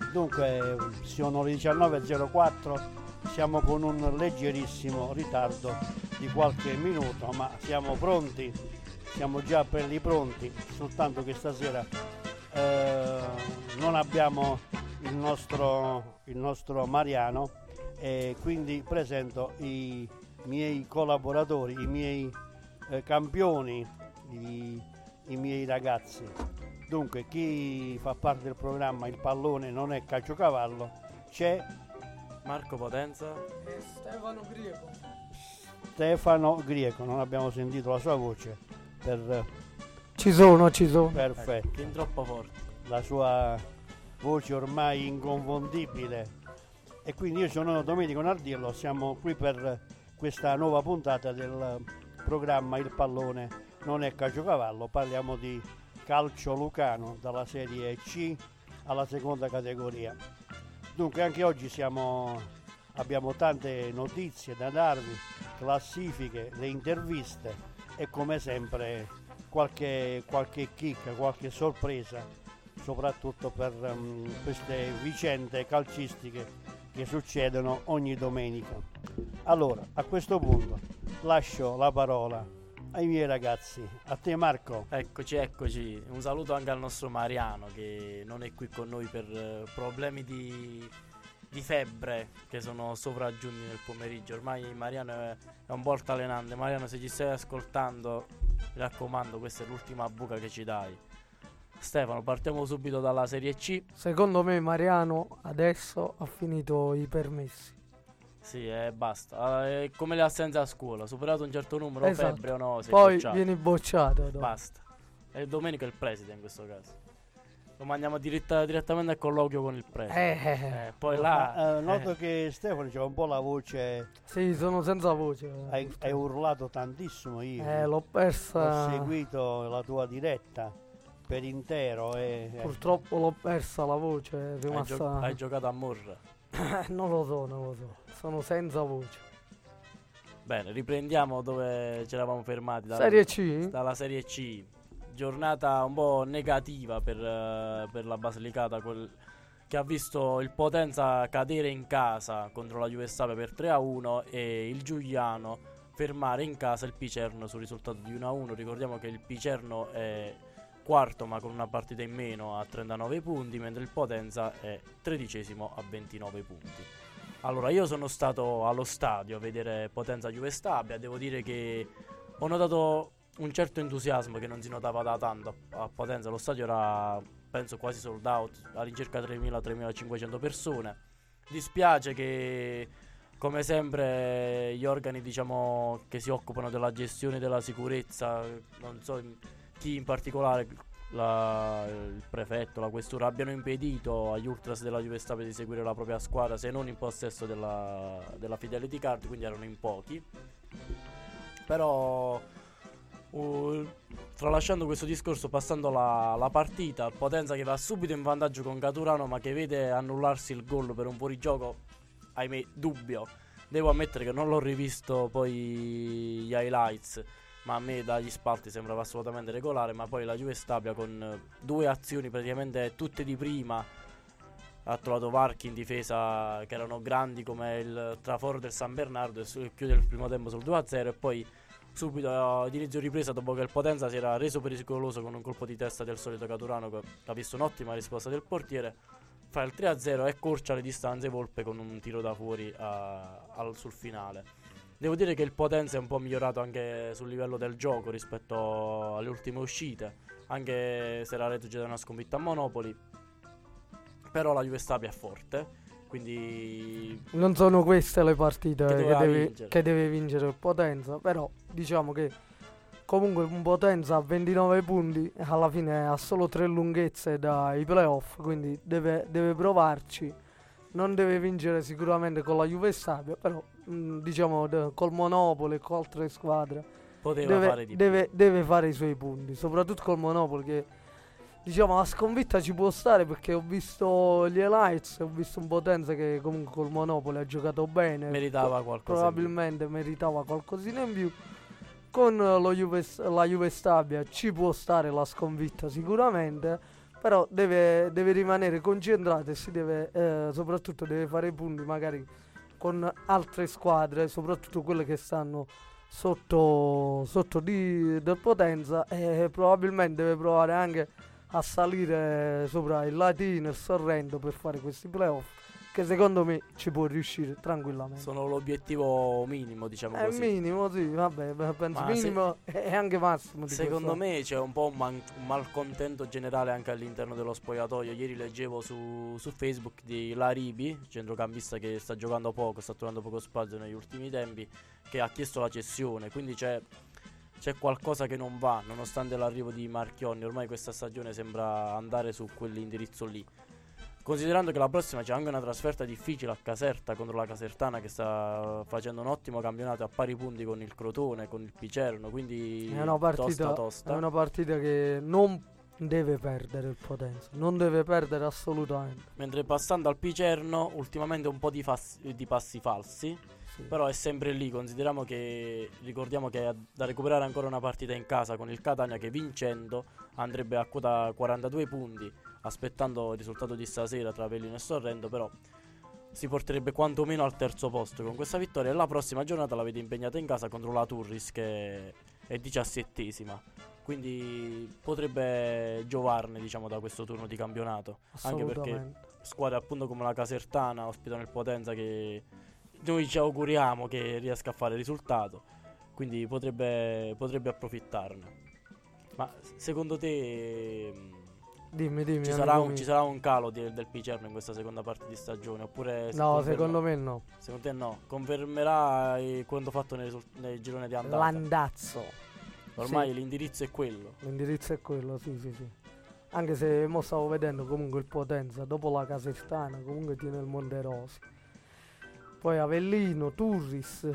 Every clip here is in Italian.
Dunque, sono le 19.04, siamo con un leggerissimo ritardo di qualche minuto, ma siamo pronti, siamo già belli pronti, soltanto che stasera non abbiamo il nostro Mariano, e quindi presento i miei collaboratori, i miei campioni, i miei ragazzi. Dunque, chi fa parte del programma Il Pallone non è calciocavallo, c'è Marco Potenza e Stefano Grieco, non abbiamo sentito la sua voce Ci sono. perfetto, fin troppo forte. la sua voce ormai inconfondibile. E quindi io sono Domenico Nardiello, siamo qui per questa nuova puntata del programma Il Pallone non è calciocavallo. Parliamo di calcio lucano dalla serie C alla seconda categoria. Dunque anche oggi abbiamo tante notizie da darvi, classifiche, le interviste e come sempre qualche chicca, qualche sorpresa, soprattutto per queste vicende calcistiche che succedono ogni domenica. Allora, a questo punto lascio la parola ai miei ragazzi, a te Marco. Eccoci. Un saluto anche al nostro Mariano che non è qui con noi per problemi di febbre che sono sopraggiunti nel pomeriggio. Ormai Mariano è un po' altalenante. Mariano, se ci stai ascoltando, mi raccomando, questa è l'ultima buca che ci dai. Stefano, partiamo subito dalla Serie C. Secondo me Mariano adesso ha finito i permessi. Sì, basta. È come le assenze a scuola, superato un certo numero, Esatto. febbre o no, sei Poi bocciato. vieni bocciato dopo. Basta. E Domenico è il preside in questo caso. Lo mandiamo direttamente al colloquio con il preside. Poi là Noto che Stefano c'ha un po' la voce, Sì, sono senza voce. hai urlato tantissimo io. L'ho persa. Ho seguito la tua diretta per intero e Purtroppo l'ho persa la voce, è rimasta. hai giocato a Morra. Non lo so. Sono senza voce. Bene, riprendiamo dove ci eravamo fermati. Serie C? Dalla Serie C. Giornata un po' negativa per la Basilicata, che ha visto il Potenza cadere in casa contro la Juve Stabia per 3-1 e il Giuliano fermare in casa il Picerno sul risultato di 1-1. Ricordiamo che il Picerno è quarto ma con una partita in meno a 39 punti, mentre il Potenza è tredicesimo a 29 punti. Allora, io sono stato allo stadio a vedere Potenza Juve Stabia. Devo dire che ho notato un certo entusiasmo che non si notava da tanto a Potenza. Lo stadio era, penso, quasi sold out, all'incirca 3.000-3.500 persone. Dispiace che, come sempre, gli organi, diciamo, che si occupano della gestione della sicurezza, non so chi in particolare, il prefetto, la questura, abbiano impedito agli ultras della Juve Stabia di seguire la propria squadra, se non in possesso della Fidelity Card, quindi erano in pochi. Però tralasciando questo discorso, passando la partita, il Potenza che va subito in vantaggio con Caturano, ma che vede annullarsi il gol per un fuorigioco, ahimè, dubbio. Devo ammettere che non l'ho rivisto poi gli highlights, ma a me dagli spalti sembrava assolutamente regolare. Ma poi la Juve Stabia, con due azioni praticamente tutte di prima, ha trovato varchi in difesa che erano grandi, come il traforo del San Bernardo, e chiude il primo tempo sul 2-0. E poi subito ad inizio ripresa, dopo che il Potenza si era reso pericoloso con un colpo di testa del solito Caturano, che ha visto un'ottima risposta del portiere, fa il 3-0 e accorcia le distanze Volpe con un tiro da fuori sul finale. Devo dire che il Potenza è un po' migliorato anche sul livello del gioco rispetto alle ultime uscite, anche se era reduce da una sconfitta a Monopoli. Però la Juve Stabia è forte, quindi non sono queste le partite che deve vincere il Potenza. Però diciamo che comunque un Potenza a 29 punti alla fine ha solo 3 lunghezze dai playoff, quindi deve provarci. Non deve vincere sicuramente con la Juve Stabia, però diciamo col Monopoli e con altre squadre deve fare i suoi punti, soprattutto col Monopoli, che diciamo la sconfitta ci può stare, perché ho visto gli highlights, ho visto un Potenza che comunque col Monopoli ha giocato bene, meritava qualcosa, probabilmente meritava qualcosina in più. Con la Juve Stabia ci può stare la sconfitta sicuramente, Però deve rimanere concentrato e soprattutto deve fare i punti magari con altre squadre, soprattutto quelle che stanno sotto del Potenza, e probabilmente deve provare anche a salire sopra il Latino e il Sorrento per fare questi playoff, che secondo me ci può riuscire tranquillamente. Sono l'obiettivo minimo, diciamo È così. minimo, sì, vabbè, penso Ma minimo e anche massimo. Secondo me c'è un po' un malcontento generale anche all'interno dello spogliatoio. Ieri leggevo su Facebook di Laribi, centrocampista che sta giocando poco, sta trovando poco spazio negli ultimi tempi, che ha chiesto la cessione, quindi c'è qualcosa che non va, nonostante l'arrivo di Marchionni. Ormai questa stagione sembra andare su quell'indirizzo lì. Considerando che la prossima c'è anche una trasferta difficile a Caserta contro la Casertana, che sta facendo un ottimo campionato a pari punti con il Crotone, con il Picerno, quindi è una partita, tosta. È una partita che non deve perdere il Potenza, non deve perdere assolutamente. Mentre passando al Picerno, ultimamente un po' di passi falsi, Sì. però è sempre lì. Ricordiamo che è da recuperare ancora una partita in casa con il Catania, che vincendo andrebbe a quota 42 punti, aspettando il risultato di stasera tra Avellino e Sorrento, però si porterebbe quantomeno al terzo posto con questa vittoria. E la prossima giornata l'avete impegnata in casa contro la Turris, che è 17esima, quindi potrebbe giovarne, diciamo, da questo turno di campionato, anche perché squadre appunto come la Casertana ospitano il Potenza, che noi ci auguriamo che riesca a fare risultato, quindi potrebbe approfittarne. Ma secondo te Dimmi, ci sarà un calo del Picerno in questa seconda parte di stagione, oppure no, secondo me no. Secondo te no? Confermerà quanto fatto nel girone di andata? L'andazzo. Ormai Sì. L'indirizzo è quello. L'indirizzo è quello, sì. Anche se mo stavo vedendo comunque il Potenza, dopo la Casertana, comunque tiene il Monterosi. Poi Avellino, Turris.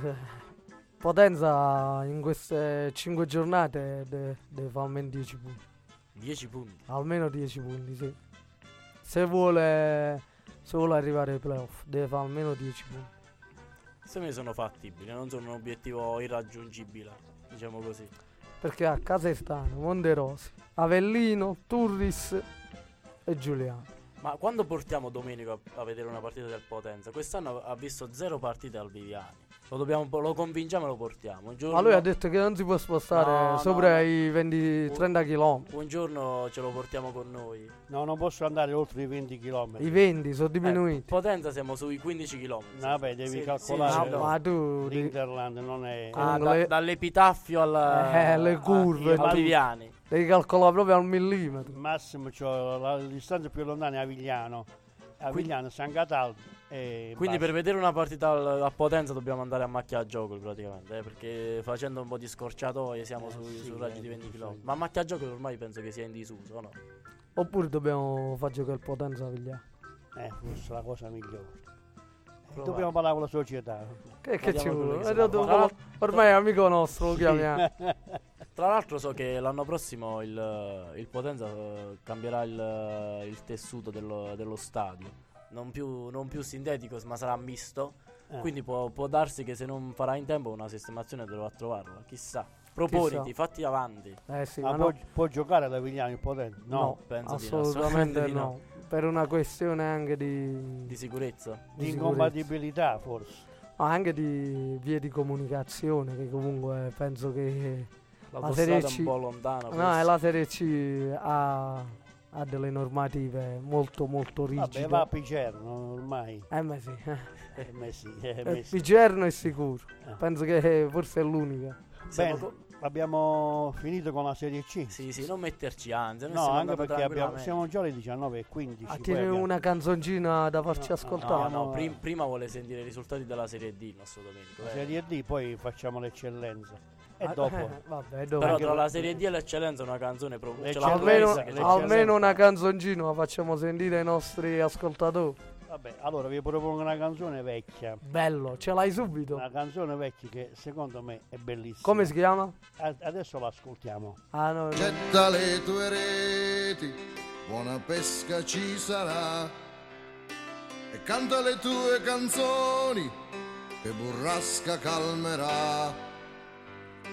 Potenza in queste 5 giornate deve fare almeno 10 punti. 10 punti. Almeno 10 punti, sì. Se vuole arrivare ai playoff, deve fare almeno 10 punti. Secondo me sono fattibili, non sono un obiettivo irraggiungibile, diciamo così. Perché a Casertano, Monterosi, Avellino, Turris e Giuliano. Ma quando portiamo Domenico a vedere una partita del Potenza? Quest'anno ha visto 0 partite al Viviani. Lo convinciamo e lo portiamo. Ma lui ha detto che non si può spostare sopra i 20-30 km. Un giorno ce lo portiamo con noi. No, non posso andare oltre i 20 km. I 20 sono diminuiti. Potenza siamo sui 15 km. Vabbè, devi calcolare. Ma tu l'Interland non è... dall'Epitaffio alle curve. al Viviani. Devi calcolare proprio al millimetro. Massimo c'ho la distanza più lontana è Avigliano, San Cataldo. Quindi basta. per vedere una partita a Potenza dobbiamo andare a macchia a gioco praticamente, perché facendo un po' di scorciatoie siamo su raggi di 20 km. Ma a macchia a gioco ormai penso che sia in disuso, no? Oppure dobbiamo far giocare il Potenza a Vigliano. Forse la cosa migliore. Dobbiamo parlare con la società. Che ci vuole? Tra Ormai è amico nostro, lo chiamiamo. l'altro so che l'anno prossimo il Potenza cambierà il tessuto dello stadio. Non più sintetico, ma sarà misto. Quindi può darsi che se non farà in tempo una sistemazione dovrà trovarla. Chissà. Proponiti, fatti avanti. Sì, ma può giocare da Vigliano il Potenza? No, penso assolutamente di no. no. Per una questione anche di sicurezza. Di incompatibilità forse. Ma anche di vie di comunicazione, che comunque penso che la Serie C è un po' lontana. No, la Serie C ha delle normative molto molto rigide. Vabbè, va a Picerno ormai. Ma sì. Picerno è sicuro. Penso che forse è l'unica. Bene, abbiamo finito con la Serie C. Sì, non metterci ansia. No, anche perché siamo già alle 19:15. Tiene una canzoncina da farci ascoltare. No, prima vuole sentire i risultati della Serie D il nostro Domenico. La Serie D, poi facciamo l'eccellenza. E dopo. Vabbè, però tra la Serie D e l'eccellenza una canzone almeno una canzoncina la facciamo sentire ai nostri ascoltatori. Vabbè, allora vi propongo una canzone vecchia. Bello, ce l'hai subito? Una canzone vecchia che secondo me è bellissima. Come si chiama? Adesso l'ascoltiamo. No. Getta le tue reti, buona pesca ci sarà. E canta le tue canzoni, che burrasca calmerà.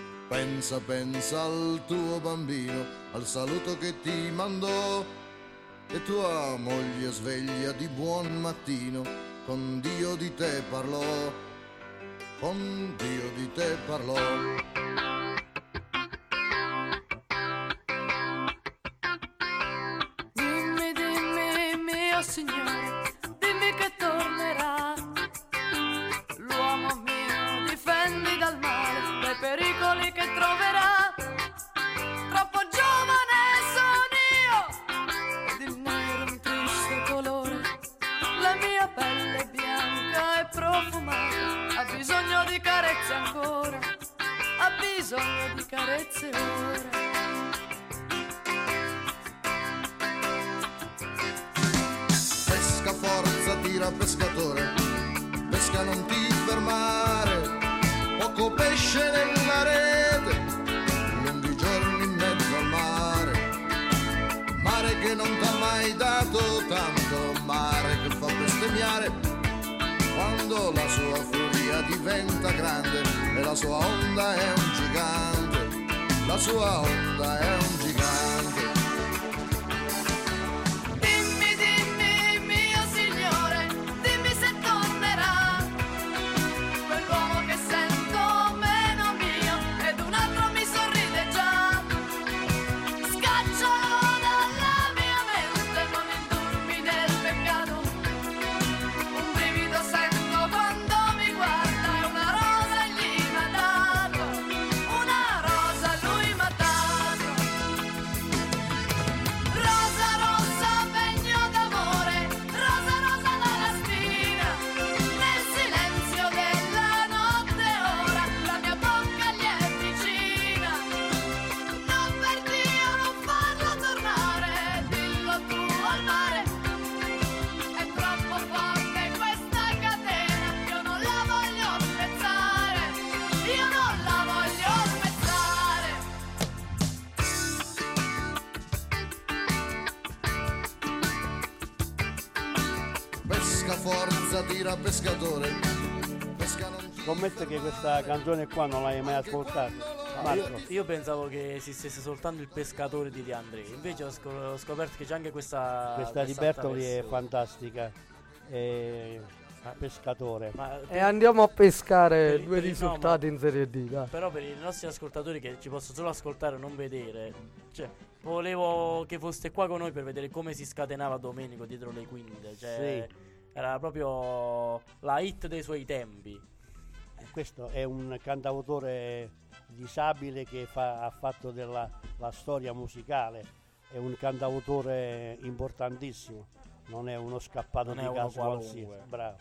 Pensa al tuo bambino, al saluto che ti mandò. e tua moglie sveglia di buon mattino, con Dio di te parlò, con Dio di te parlò. Dimmi, dimmi, mio Signore, dimmi che tornerà. L'uomo mio difendi dal male, dai pericoli che troverà. Troppo giovane sono io, ed il nero un triste colore. La mia pelle è bianca e profumata, ha bisogno di carezze ancora, ha bisogno di carezze ora. Pesca forza, tira pescatore, pesca non ti fermare, poco pesce nella rete, lunghi giorni in mezzo al mare, mare che non t'ha mai dato tanto, mare che fa bestemmiare quando la sua furia diventa grande e la sua onda è un gigante, la sua onda è un gigante. Dimmi, dimmi, mio Signore, dimmi se tornerà quell'uomo che sento meno mio ed un altro mi sorride già. Scaccialo dalla mia mente, non indurmi nel peccato. Un brivido sento quando mi guarda, è una rosa gli m'ha dato, una rosa lui m'ha dato. Rosa rossa, pegno d'amore, rosa rosa la lastina, nel silenzio della notte ora, la mia bocca gli è vicina. Non per Dio non farlo tornare, dillo tu al mare, è troppo forte questa catena, io non la voglio spezzare, io non la voglio spezzare. Pesca forza, tira pescatore, pesca non ti Scommetto che questa canzone qua non l'hai mai ascoltata. Marco. Io pensavo che esistesse soltanto il pescatore di De André, invece ho scoperto che c'è anche questa Questa di quest'altra Bertoli è versione. fantastica. Pescatore. Ma E andiamo a pescare per- due per- risultati in Serie D, dai. Però per i nostri ascoltatori che ci possono solo ascoltare e non vedere, cioè, volevo che foste qua con noi per vedere come si scatenava Domenico dietro le quinte. Cioè, era proprio la hit dei suoi tempi. Questo è un cantautore disabile che ha fatto della la storia musicale, è un cantautore importantissimo, non è uno scappato Non è di uno casa qualunque. qualsiasi. Bravo.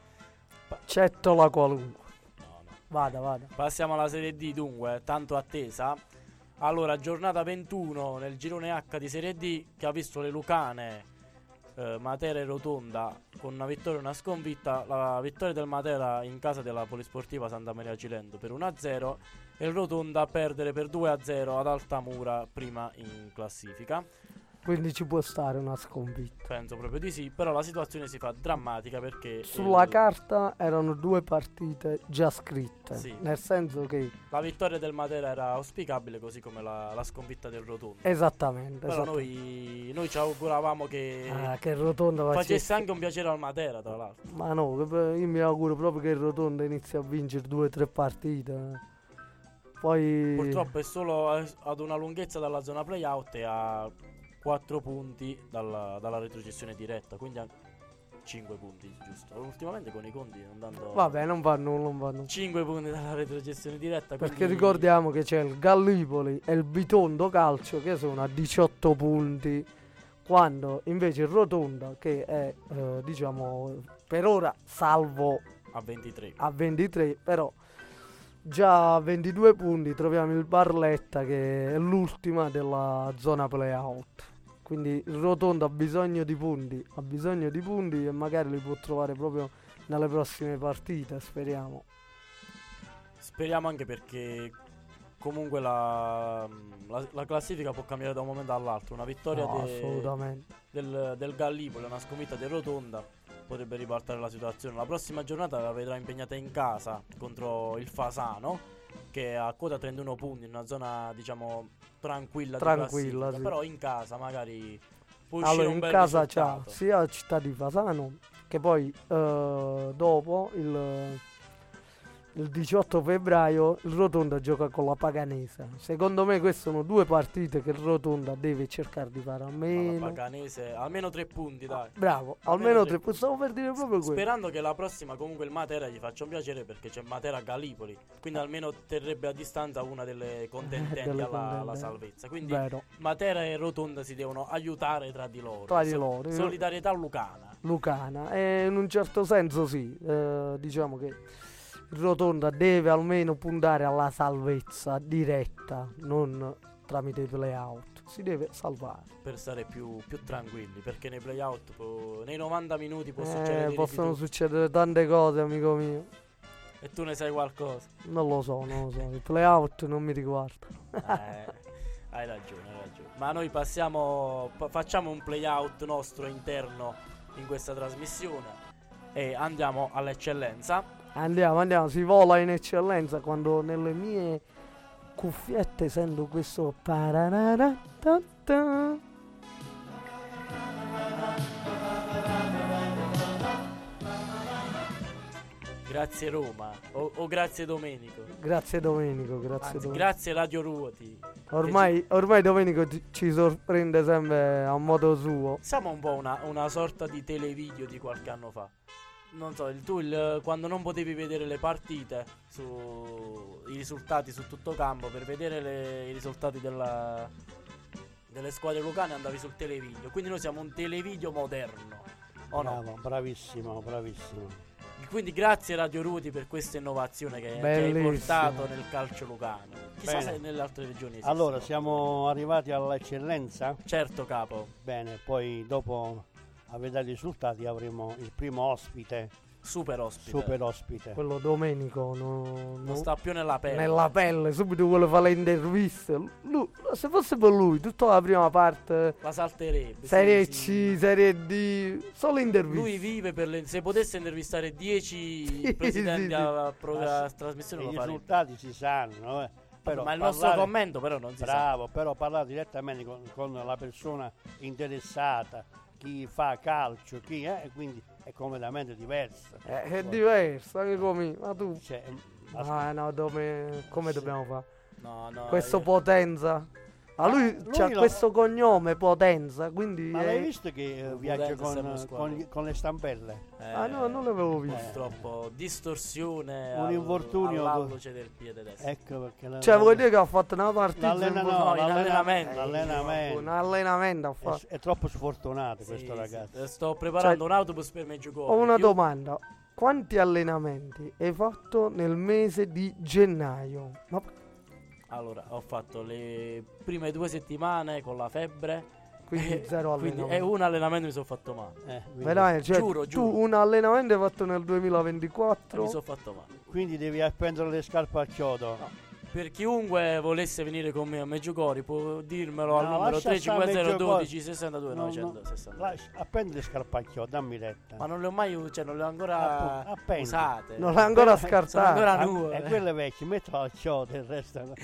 Cettola qualunque. No, no. Vada. Passiamo alla Serie D dunque, tanto attesa. Allora, giornata 21 nel girone H di Serie D che ha visto le Lucane, Matera e Rotonda con una vittoria e una sconfitta. La vittoria del Matera in casa della Polisportiva Santa Maria Cilento per 1-0 e il Rotonda a perdere per 2-0 ad Altamura, prima in classifica. Quindi ci può stare una sconfitta. Penso proprio di sì, però la situazione si fa drammatica perché Sulla carta erano due partite già scritte, Sì. nel senso che la vittoria del Matera era auspicabile, così come la sconfitta del Rotonda. esattamente, Però noi ci auguravamo che che Rotonda facesse anche un piacere al Matera, tra l'altro. Ma no, io mi auguro proprio che il Rotonda inizi a vincere 2 o 3 partite. Poi Purtroppo è solo ad una lunghezza dalla zona playout e a 4 punti dalla retrocessione diretta, quindi a 5 punti, giusto? Ultimamente con i conti andando vabbè, non va nulla. 5 punti dalla retrocessione diretta, Perché quindi ricordiamo che c'è il Gallipoli e il Bitondo Calcio che sono a 18 punti, quando invece il Rotonda, che è diciamo per ora salvo a 23. a 23, però già a 22 punti troviamo il Barletta che è l'ultima della zona playout. Quindi il Rotondo ha bisogno di punti e magari li può trovare proprio nelle prossime partite, speriamo. Speriamo, anche perché comunque la classifica può cambiare da un momento all'altro. Una vittoria No, assolutamente. del Gallipoli e una sconfitta del Rotonda potrebbe ribaltare la situazione. La prossima giornata la vedrà impegnata in casa contro il Fasano, che è a quota 31 punti, in una zona diciamo tranquilla di classifica. Sì. Però in casa magari può uscire Allora, un in bel casa c'ha risultato. sia la città di Fasano che poi dopo il 18 febbraio il Rotonda gioca con la Paganese. Secondo me queste sono due partite che il Rotonda deve cercare di fare Ma la almeno. Paganese, almeno 3 punti, dai. Bravo, Almeno almeno tre. tre. Stavo per dire proprio quello. Sperando che la prossima comunque il Matera gli faccia un piacere, perché c'è Matera Gallipoli, quindi almeno terrebbe a distanza una delle contendenti Delle alla contendenti. salvezza. Quindi Vero, Matera e Rotonda si devono aiutare tra di loro. tra di loro. Solidarietà lucana. Lucana, e in un certo senso sì, diciamo che il Rotonda deve almeno puntare alla salvezza diretta, non tramite i play-out, si deve salvare. Per stare più tranquilli, perché nei playout nei 90 minuti può succedere di Possono tutto. succedere tante cose, amico mio, E tu ne sai qualcosa. non lo so, i play-out non mi riguardano. Hai ragione. Ma noi facciamo un playout nostro interno in questa trasmissione e andiamo all'eccellenza. Andiamo, si vola in eccellenza quando nelle mie cuffiette sento questo parararatatà. Grazie Roma o grazie Domenico. Grazie Domenico, grazie Anzi, Domenico. grazie Radio Ruoti. Ormai Domenico ci sorprende sempre a modo suo. Siamo un po' una sorta di televideo di qualche anno fa. Non so, quando non potevi vedere le partite, i risultati su tutto campo, per vedere i risultati delle squadre lucane andavi sul televideo. Quindi noi siamo un televideo moderno. O no? Bravo, bravissimo. Quindi grazie Radio Ruti per questa innovazione che hai Bellissimo. portato nel calcio lucano. Chissà Bene. se nelle altre regioni esiste. Allora, siamo arrivati all'eccellenza. Certo, capo. Bene, poi dopo aver dato i risultati avremo il primo ospite, Super ospite. super ospite. Quello Domenico Non sta più nella pelle. nella pelle, subito vuole fare le interviste. Se fosse per lui, tutta la prima parte, La salterebbe. Serie sì. C, Serie D, solo interviste. Lui vive se potesse intervistare 10 Sì, presidenti sì, sì. alla trasmissione I lo farebbe. risultati si sanno, però Ma il nostro commento però non si sa. bravo, però parlare direttamente con la persona interessata, chi fa calcio, e quindi è completamente diverso. È diverso, anche come. Ma tu. Cioè, No, come Sì. dobbiamo fare? No, Questo io- Potenza. A lui c'ha lo- questo cognome Potenza, quindi. ma l'hai visto che viaggia Potenza sempre con, squadra. con le stampelle? No, non l'avevo visto. Purtroppo distorsione Un infortunio all'alluce del piede destro. Ecco perché Cioè, vuol dire che ha fatto una partita. No, in allenamento. l'allenamento. Un allenamento ha fatto. È troppo sfortunato Sì, questo sì. ragazzo. Sto preparando Cioè, un autobus per Meggiugorje. Ho una Io- domanda. Quanti allenamenti hai fatto nel mese di gennaio? Ma Allora, ho fatto le prime 2 settimane con la febbre. quindi zero Quindi allenamenti. un allenamento mi sono fatto male. Quindi, Veramente, cioè, Giuro. tu un allenamento hai fatto nel Mi 2024? sono fatto male. quindi devi appendere le scarpe a chiodo. No. Per chiunque volesse venire con me a Meggiugorje può dirmelo al No, numero lascia stare 350 12 Meggiugorje. 62 No, 962. Appendi le scarpe a chiodo, dammi retta. Ma non le ho mai non le ho ancora Appendi. usate. Non l'ha ancora Sono scartato. ancora Ah, nuove. e quelle vecchie, mettilo al chiodo, il resto no.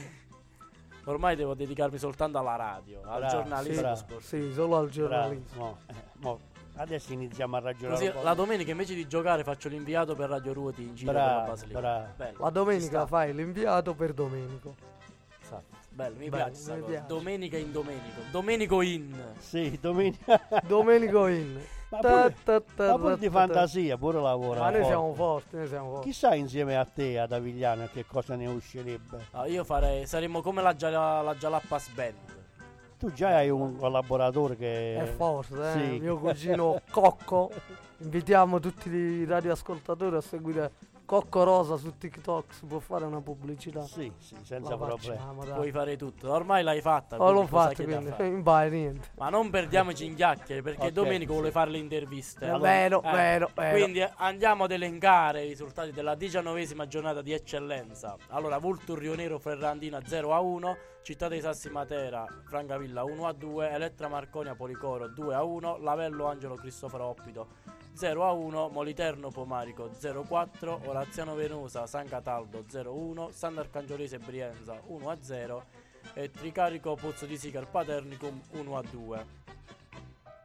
Ormai devo dedicarmi soltanto alla radio, al Bravo, giornalismo bravo. sportivo. Sì, solo al Bravo, giornalismo. adesso iniziamo a ragionare Così un po'. la domenica invece di giocare faccio l'inviato per Radio Ruoti in giro per la Bravo, Basilicata. bravo. Bello, La ci domenica sta. fai l'inviato per Domenico. Esatto. Bello, mi Bello, piace sta mi cosa. piace. Domenica in Domenico. Domenico in. Sì, domenica. Domenico in. ma Ta, pure, ta, ta, ma pure ta, di ta. fantasia, pure lavora. Ma noi forte. siamo forti, noi siamo forti. Chissà insieme a te, ad Avigliano, che cosa ne uscirebbe. No, io saremmo come la Jalappas Band. Tu già hai un collaboratore che È forte, Sì. mio cugino Cocco. Invitiamo tutti i radioascoltatori a seguire Cocco Rosa su TikTok. Si può fare una pubblicità. Sì, senza La problemi. facciamo, dai. Puoi fare tutto. Ormai l'hai fatta. Oh, l'ho quindi cosa fatto, chiedi a quindi fare? vai, niente. Ma non perdiamoci in chiacchiere perché Ok, Domenico sì. vuole fare le interviste. È vero, Eh, vero. Quindi andiamo ad elencare i risultati della 19esima giornata di eccellenza. Allora, Vultur Rio Nero Ferrandina 0-1, Città dei Sassi Matera Francavilla 1-2, Elettra Marconia Policoro 2-1, Lavello Angelo Cristoforo Oppido 0-1, Moliterno Pomarico 0-4, Oraziano Venosa San Cataldo 0-1, Sant'Arcangiolese Brienza 1-0 e Tricarico Pozzo di Sicar Paternicum 1-2.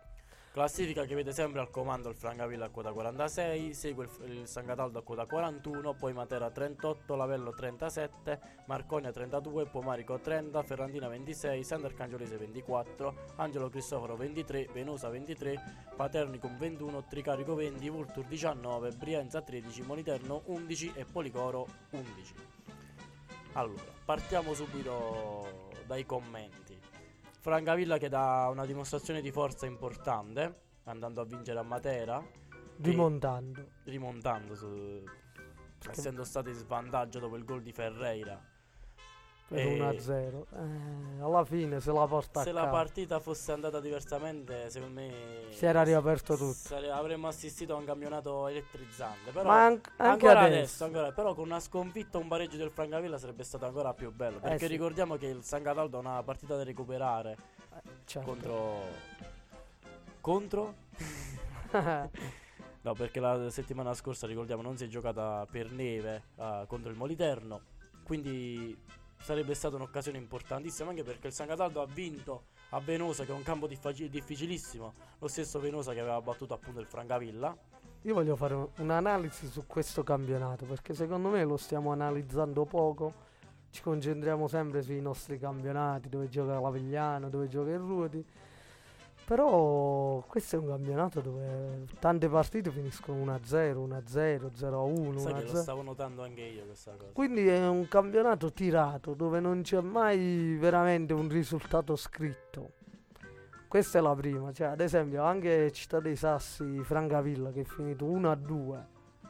Classifica che vede sempre al comando il Francavilla a quota 46, segue il San Cataldo a quota 41, poi Matera 38, Lavello 37, Marconia 32, Pomarico 30, Ferrandina 26, Sant'Arcangiolese 24, Angelo Cristoforo 23, Venosa 23, Paternicum 21, Tricarico 20, Vultur 19, Brienza 13, Moliterno 11 e Policoro 11. Allora, partiamo subito dai commenti. Francavilla che dà una dimostrazione di forza importante, andando a vincere a Matera, Rimontando. essendo stati in svantaggio dopo il gol di Ferreira. Per 1-0. Alla fine se la porta a Se casa. la partita fosse andata diversamente, secondo me Si era riaperto tutto. avremmo assistito a un campionato elettrizzante. Però Ma anche ancora adesso. però con una sconfitta, un pareggio del Francavilla sarebbe stato ancora più bello. Perché sì. ricordiamo che il San Cataldo ha una partita da recuperare Certo. contro? No, perché la settimana scorsa, ricordiamo, non si è giocata per neve contro il Moliterno. Quindi sarebbe stata un'occasione importantissima, anche perché il San Cataldo ha vinto a Venosa, che è un campo difficilissimo, lo stesso Venosa che aveva battuto appunto il Francavilla. Io voglio fare un'analisi su questo campionato, perché secondo me lo stiamo analizzando poco. Ci concentriamo sempre sui nostri campionati, dove gioca l'Avigliano, dove gioca il Ruoti. Però questo è un campionato dove tante partite finiscono 1-0, 1-0, 0-1, Sai che lo 1-0. stavo notando anche io questa cosa. Quindi è un campionato tirato, dove non c'è mai veramente un risultato scritto. Questa è la prima, cioè ad esempio anche Città dei Sassi, Francavilla che è finito 1-2.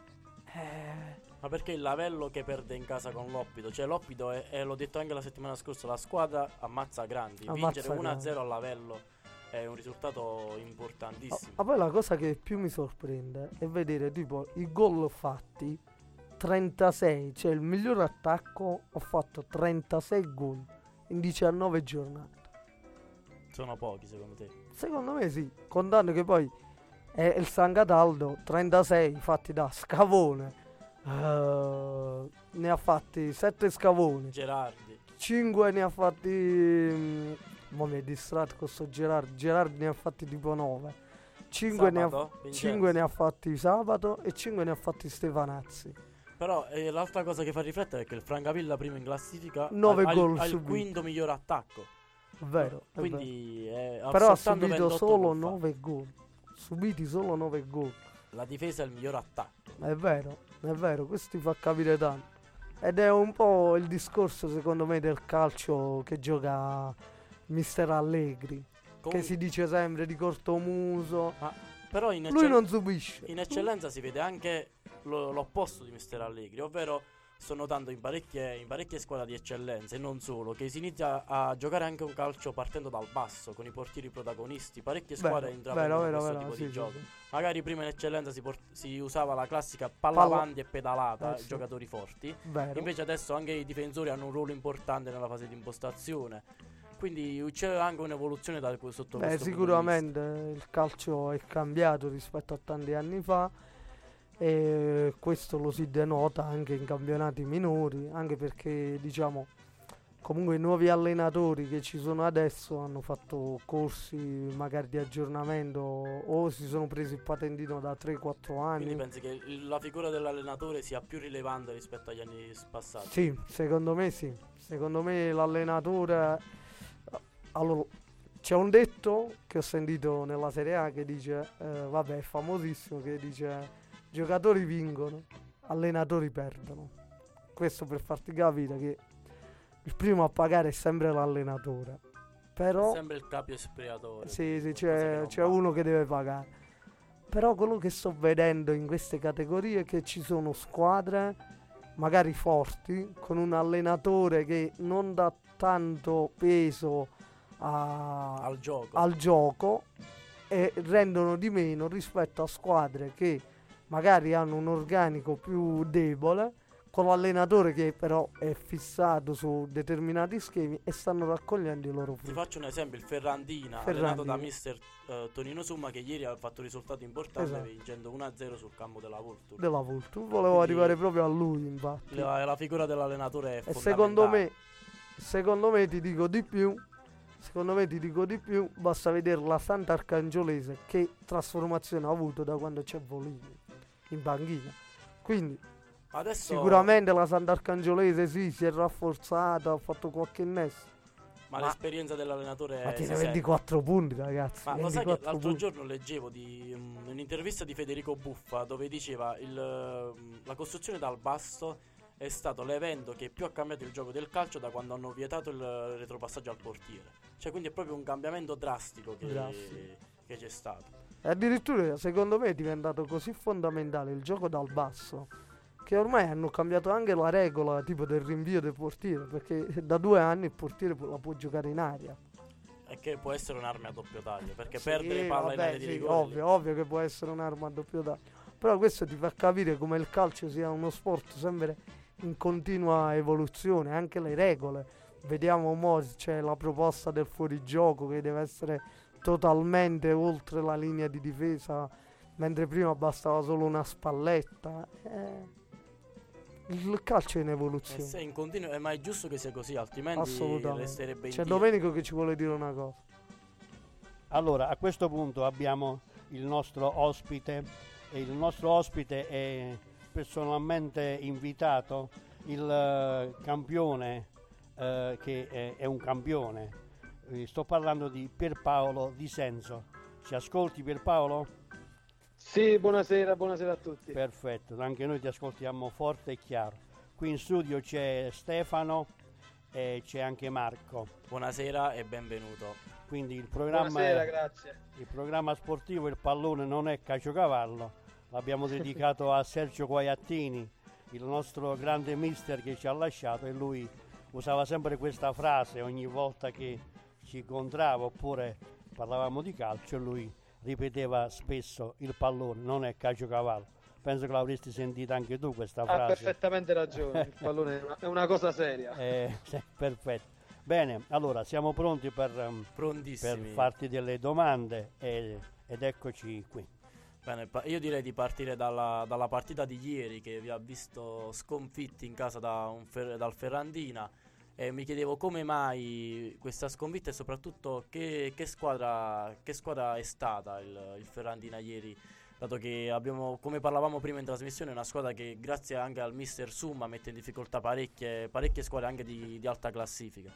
Ma perché il Lavello che perde in casa con l'Oppido? Cioè l'Oppido è, l'ho detto anche la settimana scorsa, la squadra ammazza grandi. Ammazza Vincere 1-0 grandi. a Lavello è un risultato importantissimo. Ma poi la cosa che più mi sorprende è vedere tipo i gol fatti 36, cioè il miglior attacco ha fatto 36 gol in 19 giornate. Sono pochi secondo te? Secondo me sì, contando che poi è il San Cataldo 36 fatti da Scavone. Ne ha fatti 7 Scavoni, Gerardi. 5 ne ha fatti mo mi è distratto con sto Gerardi ne ha fatti tipo 9. 5 Sabato, ne ha fatti Sabato e 5 ne ha fatti Stefanazzi. Però l'altra cosa che fa riflettere è che il Francavilla primo in classifica 9 gol ha il subiti. quinto miglior attacco. È vero, è vero. Quindi Però ha soltanto subito 28 solo gol fa. 9 gol. Subiti solo 9 gol. La difesa è il miglior attacco. È vero, questo ti fa capire tanto. Ed è un po' il discorso secondo me del calcio che gioca Mister Allegri, che si dice sempre di cortomuso. Però Lui non subisce. in eccellenza si vede anche l'opposto di Mister Allegri, ovvero sto notando in parecchie squadre di eccellenza e non solo, che si inizia a giocare anche un calcio partendo dal basso, con i portieri protagonisti. Parecchie squadre intraprendono questo tipo di gioco. sì. Magari prima in eccellenza si usava la classica palla avanti e pedalata, sì. giocatori forti. Vero. Invece adesso anche i difensori hanno un ruolo importante nella fase di impostazione. Quindi c'è anche un'evoluzione sotto questo punto di vista. Sicuramente il calcio è cambiato rispetto a tanti anni fa e questo lo si denota anche in campionati minori, anche perché diciamo comunque i nuovi allenatori che ci sono adesso hanno fatto corsi magari di aggiornamento o si sono presi il patentino da 3-4 anni. Quindi pensi che la figura dell'allenatore sia più rilevante rispetto agli anni passati? Sì, secondo me sì. Secondo me l'allenatore... Allora, c'è un detto che ho sentito nella Serie A che dice, vabbè, è famosissimo, che dice giocatori vincono, allenatori perdono. Questo per farti capire che il primo a pagare è sempre l'allenatore. Però... È sempre il capo espiatore. Sì, c'è uno che deve pagare. Però quello che sto vedendo in queste categorie è che ci sono squadre magari forti, con un allenatore che non dà tanto peso al gioco e rendono di meno rispetto a squadre che magari hanno un organico più debole, con l'allenatore che però è fissato su determinati schemi e stanno raccogliendo i loro frutti. Ti faccio un esempio, il Ferrandina. Allenato da mister Tonino Somma, che ieri ha fatto un risultato importante, esatto, vincendo 1-0 sul campo della Vultur. Volevo arrivare proprio a lui, infatti. La figura dell'allenatore è e fondamentale. secondo me ti dico di più, secondo me ti dico di più, basta vedere la Sant'Arcangiolese che trasformazione ha avuto da quando c'è Volini in panchina. Quindi Adesso, sicuramente la Sant'Arcangiolese sì, si è rafforzata, ha fatto qualche innesto. ma l'esperienza dell'allenatore Ma si tiene sente. 24 punti, ragazzi. Ma lo sai che 24 l'altro punti. giorno leggevo di un'intervista di Federico Buffa dove diceva la costruzione dal basso è stato l'evento che più ha cambiato il gioco del calcio da quando hanno vietato il retropassaggio al portiere. Cioè, quindi è proprio un cambiamento drastico che c'è stato. E addirittura, secondo me, è diventato così fondamentale il gioco dal basso che ormai hanno cambiato anche la regola tipo del rinvio del portiere, perché da 2 anni il portiere la può giocare in aria. E che può essere un'arma a doppio taglio, perché Sì, perdere palla in vabbè, area di sì, rigore. ovvio che può essere un'arma a doppio taglio. Però questo ti fa capire come il calcio sia uno sport sempre in continua evoluzione, anche le regole. Vediamo mo' c'è la proposta del fuorigioco che deve essere totalmente oltre la linea di difesa, mentre prima bastava solo una spalletta. Il calcio è in evoluzione. Se in continuo, ma è giusto che sia così, altrimenti Assolutamente. resterebbe in C'è piedi. Domenico che ci vuole dire una cosa. Allora, a questo punto abbiamo il nostro ospite e il nostro ospite è personalmente invitato, il campione che è un campione. Sto parlando di Pierpaolo Di Senso. Ci ascolti, Pierpaolo? Sì, buonasera a tutti. Perfetto, anche noi ti ascoltiamo forte e chiaro. Qui in studio c'è Stefano e c'è anche Marco. Buonasera e benvenuto. Quindi il programma, Buonasera, grazie. il programma sportivo, il pallone non è calciocavallo, l'abbiamo dedicato a Sergio Guaiattini, il nostro grande mister che ci ha lasciato, e lui usava sempre questa frase ogni volta che ci incontrava oppure parlavamo di calcio, e lui ripeteva spesso: il pallone non è calciocavallo. Penso che l'avresti sentita anche tu questa Ha frase. perfettamente ragione, il pallone è una cosa seria. Sì, perfetto. Bene, allora siamo pronti per Prontissimi. farti delle domande ed eccoci qui. Bene, io direi di partire dalla partita di ieri che vi ha visto sconfitti in casa dal Ferrandina, e mi chiedevo come mai questa sconfitta e soprattutto che squadra è stata il Ferrandina ieri, dato che abbiamo, come parlavamo prima in trasmissione, una squadra che grazie anche al mister Summa mette in difficoltà parecchie squadre anche di alta classifica.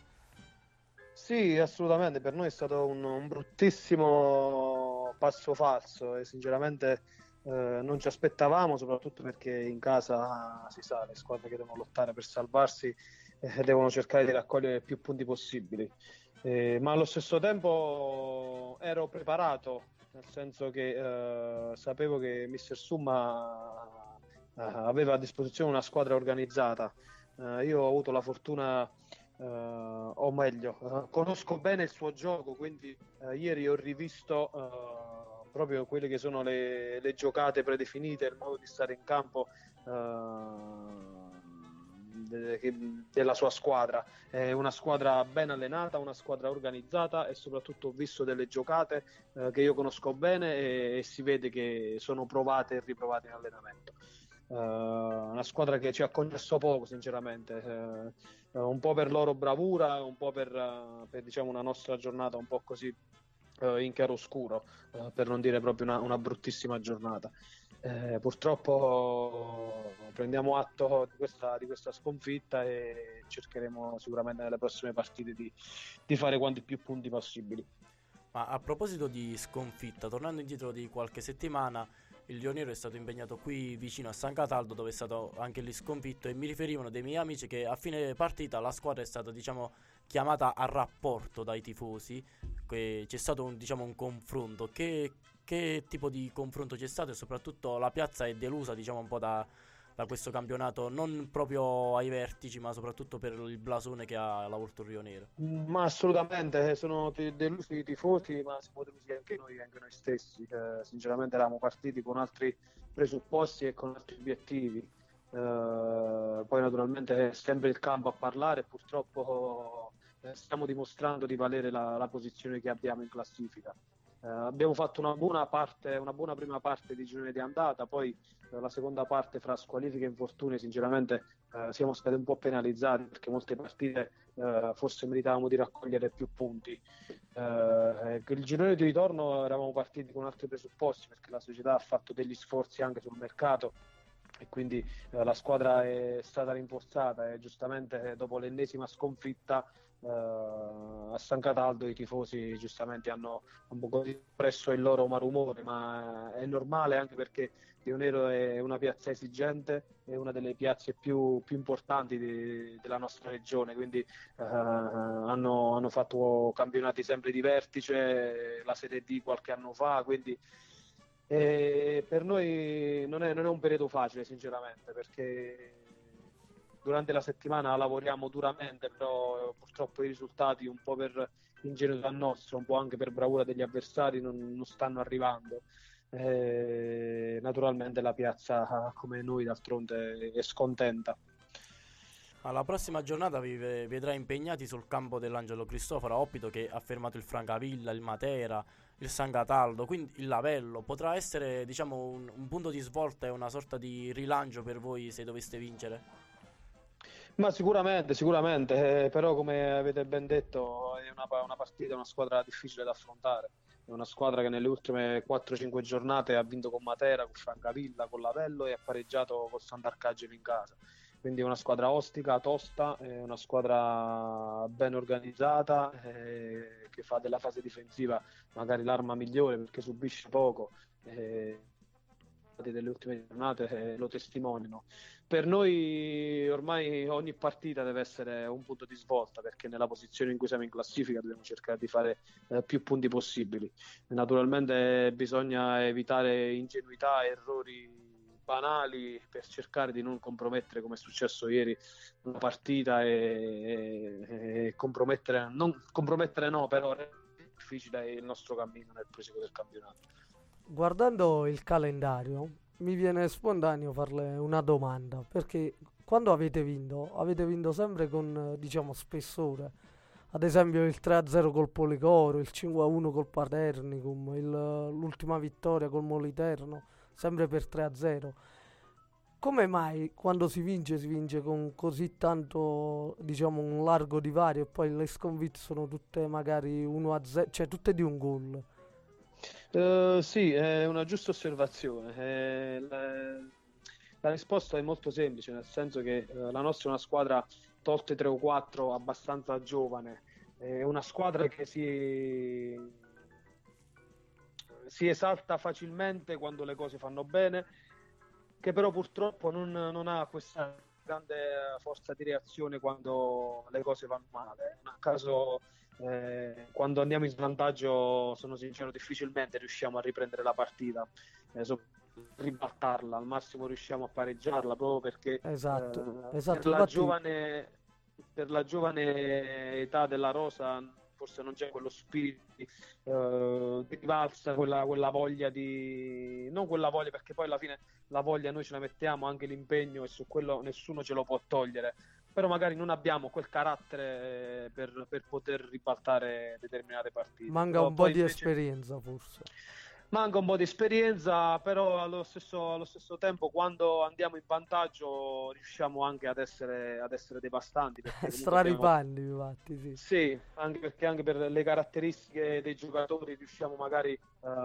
Sì, assolutamente, per noi è stato un bruttissimo passo falso e sinceramente non ci aspettavamo, soprattutto perché in casa si sa, le squadre che devono lottare per salvarsi devono cercare di raccogliere più punti possibili. Ma allo stesso tempo ero preparato, nel senso che sapevo che mister Summa aveva a disposizione una squadra organizzata. Io ho avuto la fortuna, o meglio, conosco bene il suo gioco, quindi ieri ho rivisto proprio quelle che sono le giocate predefinite, il modo di stare in campo della sua squadra. È una squadra ben allenata, una squadra organizzata, e soprattutto ho visto delle giocate che io conosco bene e si vede che sono provate e riprovate in allenamento. Una squadra che ci ha concesso poco, sinceramente, un po' per loro bravura, un po' per diciamo una nostra giornata un po' così in chiaroscuro, per non dire proprio una bruttissima giornata. Purtroppo prendiamo atto di questa sconfitta e cercheremo sicuramente nelle prossime partite di fare quanti più punti possibili. Ma a proposito di sconfitta, tornando indietro di qualche settimana, il Lioniero è stato impegnato qui vicino a San Cataldo, dove è stato anche lì sconfitto, e mi riferivano dei miei amici che a fine partita la squadra è stata, diciamo, chiamata a rapporto dai tifosi, che c'è stato un confronto. Che tipo di confronto c'è stato, e soprattutto la piazza è delusa, diciamo, un po' da questo campionato, non proprio ai vertici, ma soprattutto per il blasone che ha la Volturno Rionero? Ma assolutamente, sono delusi i tifosi, ma siamo delusi anche noi stessi. Sinceramente eravamo partiti con altri presupposti e con altri obiettivi. Poi naturalmente è sempre il campo a parlare, purtroppo stiamo dimostrando di valere la posizione che abbiamo in classifica. Abbiamo fatto una buona prima parte di girone di andata, poi la seconda parte fra squalifiche e infortuni sinceramente siamo stati un po' penalizzati, perché molte partite forse meritavamo di raccogliere più punti. Il girone di ritorno eravamo partiti con altri presupposti, perché la società ha fatto degli sforzi anche sul mercato e quindi la squadra è stata rinforzata, e giustamente dopo l'ennesima sconfitta a San Cataldo i tifosi giustamente hanno un po' espresso il loro malumore, ma è normale, anche perché Pionero è una piazza esigente, è una delle piazze più importanti della nostra regione, quindi hanno fatto campionati sempre di vertice, la Serie D qualche anno fa, quindi per noi non è un periodo facile sinceramente, perché durante la settimana lavoriamo duramente, però purtroppo i risultati, un po' per ingenuità nostra, un po' anche per bravura degli avversari, non stanno arrivando. Naturalmente la piazza, come noi d'altronde, è scontenta. Alla prossima giornata vedrà impegnati sul campo dell'Angelo Cristoforo a Oppito, che ha fermato il Francavilla, il Matera, il San Cataldo, quindi il Lavello. Potrà essere, diciamo, un punto di svolta e una sorta di rilancio per voi se doveste vincere? Ma sicuramente, però come avete ben detto è una partita, una squadra difficile da affrontare. È una squadra che nelle ultime 4-5 giornate ha vinto con Matera, con Francavilla, con Lavello e ha pareggiato con Sant'Arcangelo in casa. Quindi è una squadra ostica, tosta, è una squadra ben organizzata, che fa della fase difensiva magari l'arma migliore, perché subisce poco. Delle ultime giornate lo testimoniano. Per noi ormai ogni partita deve essere un punto di svolta, perché nella posizione in cui siamo in classifica dobbiamo cercare di fare più punti possibili. Naturalmente bisogna evitare ingenuità, errori banali, per cercare di non compromettere, come è successo ieri, una partita e compromettere, non compromettere, no, però è difficile il nostro cammino nel proseguo del campionato. Guardando il calendario, mi viene spontaneo farle una domanda, perché quando avete vinto sempre con, diciamo, spessore. Ad esempio il 3-0 col Policoro, il 5-1 col Paternicum, l'ultima vittoria col Moliterno, sempre per 3-0. Come mai quando si vince con così tanto, diciamo, un largo divario, e poi le sconfitte sono tutte magari 1-0, cioè tutte di un gol? Sì, è una giusta osservazione. La risposta è molto semplice, nel senso che la nostra è una squadra, tolte 3 o 4, abbastanza giovane. È una squadra che si esalta facilmente quando le cose fanno bene, che però purtroppo non ha questa grande forza di reazione quando le cose vanno male. Non a caso, quando andiamo in svantaggio, sono sincero, difficilmente riusciamo a riprendere la partita, ribaltarla, al massimo riusciamo a pareggiarla, proprio perché Esatto, per esatto, infatti. per la giovane età della rosa forse non c'è quello spirito di rivalsa, quella voglia di... non quella voglia, perché poi alla fine la voglia noi ce la mettiamo, anche l'impegno, e su quello nessuno ce lo può togliere, però magari non abbiamo quel carattere per poter ribaltare determinate partite. Manca Però un po' poi di invece esperienza forse. manca un po' di esperienza, però allo stesso tempo quando andiamo in vantaggio riusciamo anche ad essere devastanti, perché comunque abbiamo... Straripandi, infatti, sì. Sì, anche perché anche per le caratteristiche dei giocatori riusciamo magari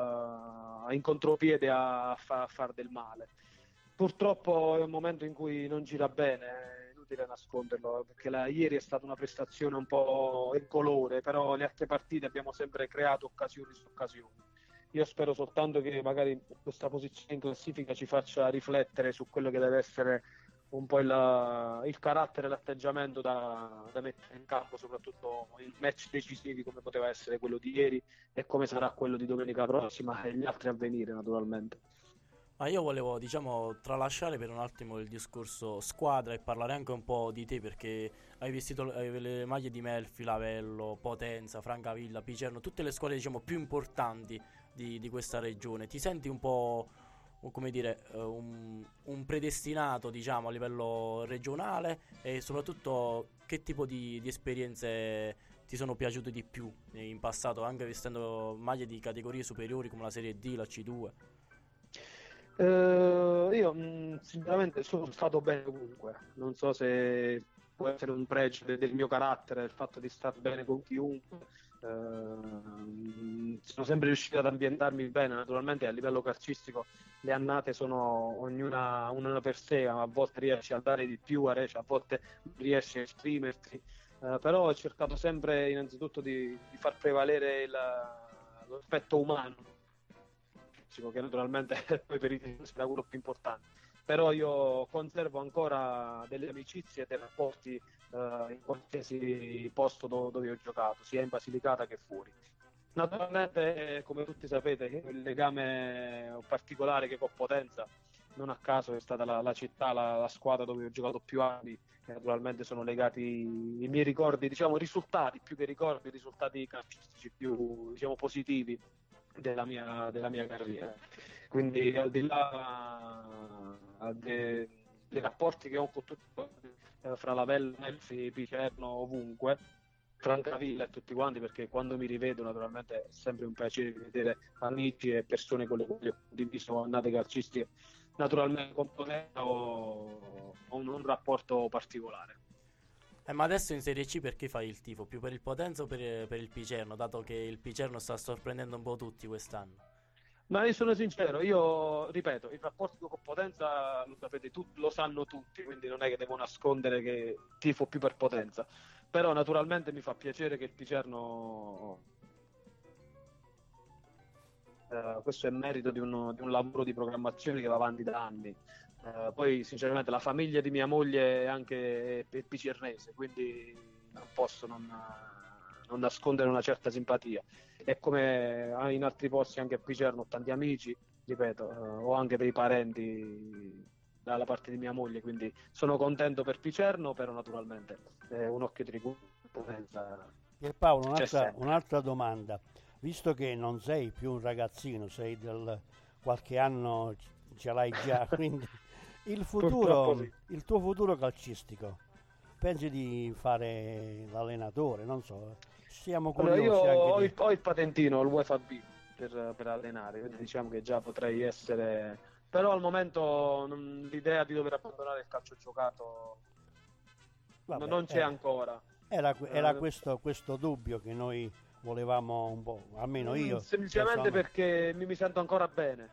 in contropiede a far del male. Purtroppo è un momento in cui non gira bene, è inutile nasconderlo, perché ieri è stata una prestazione un po' incolore, però le altre partite abbiamo sempre creato occasioni su occasioni. Io spero soltanto che magari questa posizione in classifica ci faccia riflettere su quello che deve essere un po' il carattere e l'atteggiamento da mettere in campo, soprattutto in match decisivi come poteva essere quello di ieri e come sarà quello di domenica prossima e gli altri a venire, naturalmente. Ma io volevo, diciamo, tralasciare per un attimo il discorso squadra e parlare anche un po' di te, perché hai vestito le maglie di Melfi, Lavello, Potenza, Francavilla, Picerno, tutte le squadre, diciamo, più importanti di questa regione. Ti senti un po', come dire, un predestinato, diciamo, a livello regionale, e soprattutto che tipo di esperienze ti sono piaciute di più in passato, anche vestendo maglie di categorie superiori come la Serie D, la C2? Io sinceramente sono stato bene ovunque, non so se può essere un pregio del mio carattere, il fatto di star bene con chiunque. Sono sempre riuscito ad ambientarmi bene. Naturalmente a livello calcistico le annate sono ognuna una per sé, a volte riesci a dare di più, a volte riesci a esprimerti, però ho cercato sempre innanzitutto di far prevalere l'aspetto umano, che naturalmente poi per i tifosi è quello più importante. Però io conservo ancora delle amicizie e dei rapporti in qualsiasi posto dove ho giocato, sia in Basilicata che fuori. Naturalmente, come tutti sapete, il legame particolare che ho con Potenza, non a caso è stata la città, la squadra dove ho giocato più anni, e naturalmente sono legati i miei ricordi, diciamo risultati, più che ricordi, risultati calcistici più, diciamo, positivi della mia carriera. Quindi al di là dei rapporti che ho con tutti, fra Lavella, Melfi, Picerno, ovunque, Francavilla e tutti quanti, perché quando mi rivedo naturalmente è sempre un piacere vedere amici e persone con le quali ho condiviso annate calcistiche. Naturalmente con Potenza ho un rapporto particolare. Ma adesso in Serie C perché fai il tifo? Più per il Potenza o per il Picerno, dato che il Picerno sta sorprendendo un po' tutti quest'anno? Ma io sono sincero, io ripeto, il rapporto con Potenza lo sapete tutti, lo sanno tutti, quindi non è che devo nascondere che tifo più per Potenza. Però naturalmente mi fa piacere che il Picerno, questo è merito di un lavoro di programmazione che va avanti da anni. Poi sinceramente la famiglia di mia moglie è anche picernese, quindi non posso non nascondere una certa simpatia. E come in altri posti anche a Picerno ho tanti amici, ripeto, ho anche dei parenti dalla parte di mia moglie, quindi sono contento per Picerno, però naturalmente un occhio di ricompensa. Pierpaolo, un'altra domanda. Visto che non sei più un ragazzino, sei qualche anno ce l'hai già, quindi il tuo futuro calcistico, pensi di fare l'allenatore? Non so, siamo curiosi. Allora, io anche ho il patentino, il UEFA B per allenare, quindi diciamo che già potrei essere, però al momento l'idea di dover abbandonare il calcio giocato non c'è ancora. Era questo dubbio che noi volevamo un po', almeno io. Semplicemente perché mi sento ancora bene,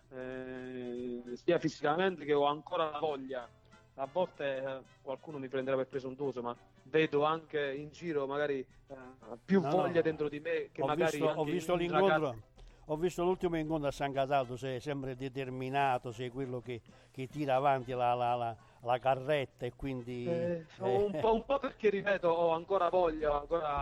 sia fisicamente che ho ancora la voglia. A volte qualcuno mi prenderà per presuntuoso, ma vedo anche in giro magari più voglia dentro di me che ho visto l'incontro. Ho visto l'ultimo incontro a San Cataldo, sei sempre determinato, sei quello che tira avanti la carretta, e quindi un po' perché, ripeto, ho ancora voglia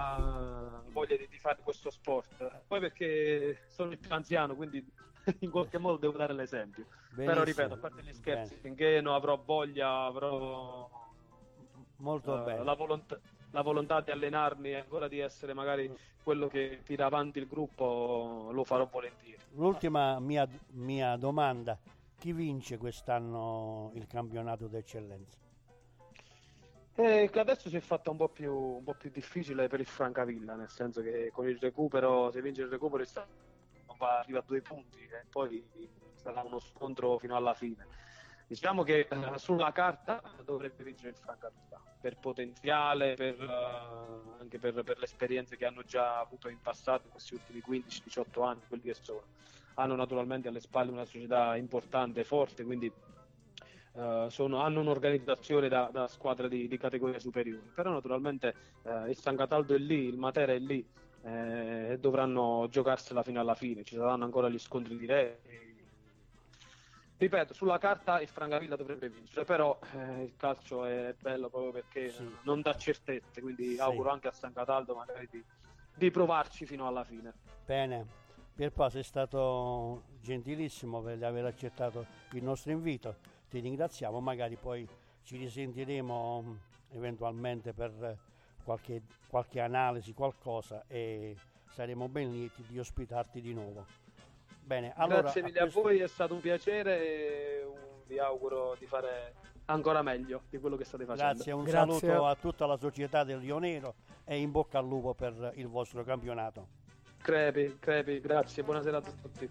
di fare questo sport, poi perché sono il più anziano, quindi in qualche modo devo dare l'esempio. Benissimo. Però ripeto, a parte gli scherzi, finché non avrò voglia, avrò molto bene la volontà di allenarmi e ancora di essere magari quello che tira avanti il gruppo, lo farò volentieri. L'ultima mia domanda: chi vince quest'anno il campionato d'eccellenza? Che adesso si è fatta un po' più difficile per il Francavilla, nel senso che con il recupero, se vince il recupero arriva a 2 punti e poi sarà uno scontro fino alla fine. Diciamo che sulla carta dovrebbe vincere il Francavilla per potenziale, anche per le esperienze che hanno già avuto in passato, in questi ultimi 15-18 anni, quelli che sono. Hanno naturalmente alle spalle una società importante e forte, quindi hanno un'organizzazione da squadra di categoria superiore. Però naturalmente il San Cataldo è lì, il Matera è lì, e dovranno giocarsela fino alla fine. Ci saranno ancora gli scontri diretti. Ripeto, sulla carta il Francavilla dovrebbe vincere, però il calcio è bello proprio perché non dà certezze, quindi auguro anche a San Cataldo magari di provarci fino alla fine. Bene, Pierpaolo, sei stato gentilissimo per aver accettato il nostro invito, ti ringraziamo, magari poi ci risentiremo eventualmente per qualche analisi, qualcosa, e saremo ben lieti di ospitarti di nuovo. Bene, allora, grazie mille a voi, è stato un piacere e vi auguro di fare ancora meglio di quello che state facendo. Grazie, saluto a tutta la società del Rionero e in bocca al lupo per il vostro campionato. Crepi, grazie, buonasera a tutti.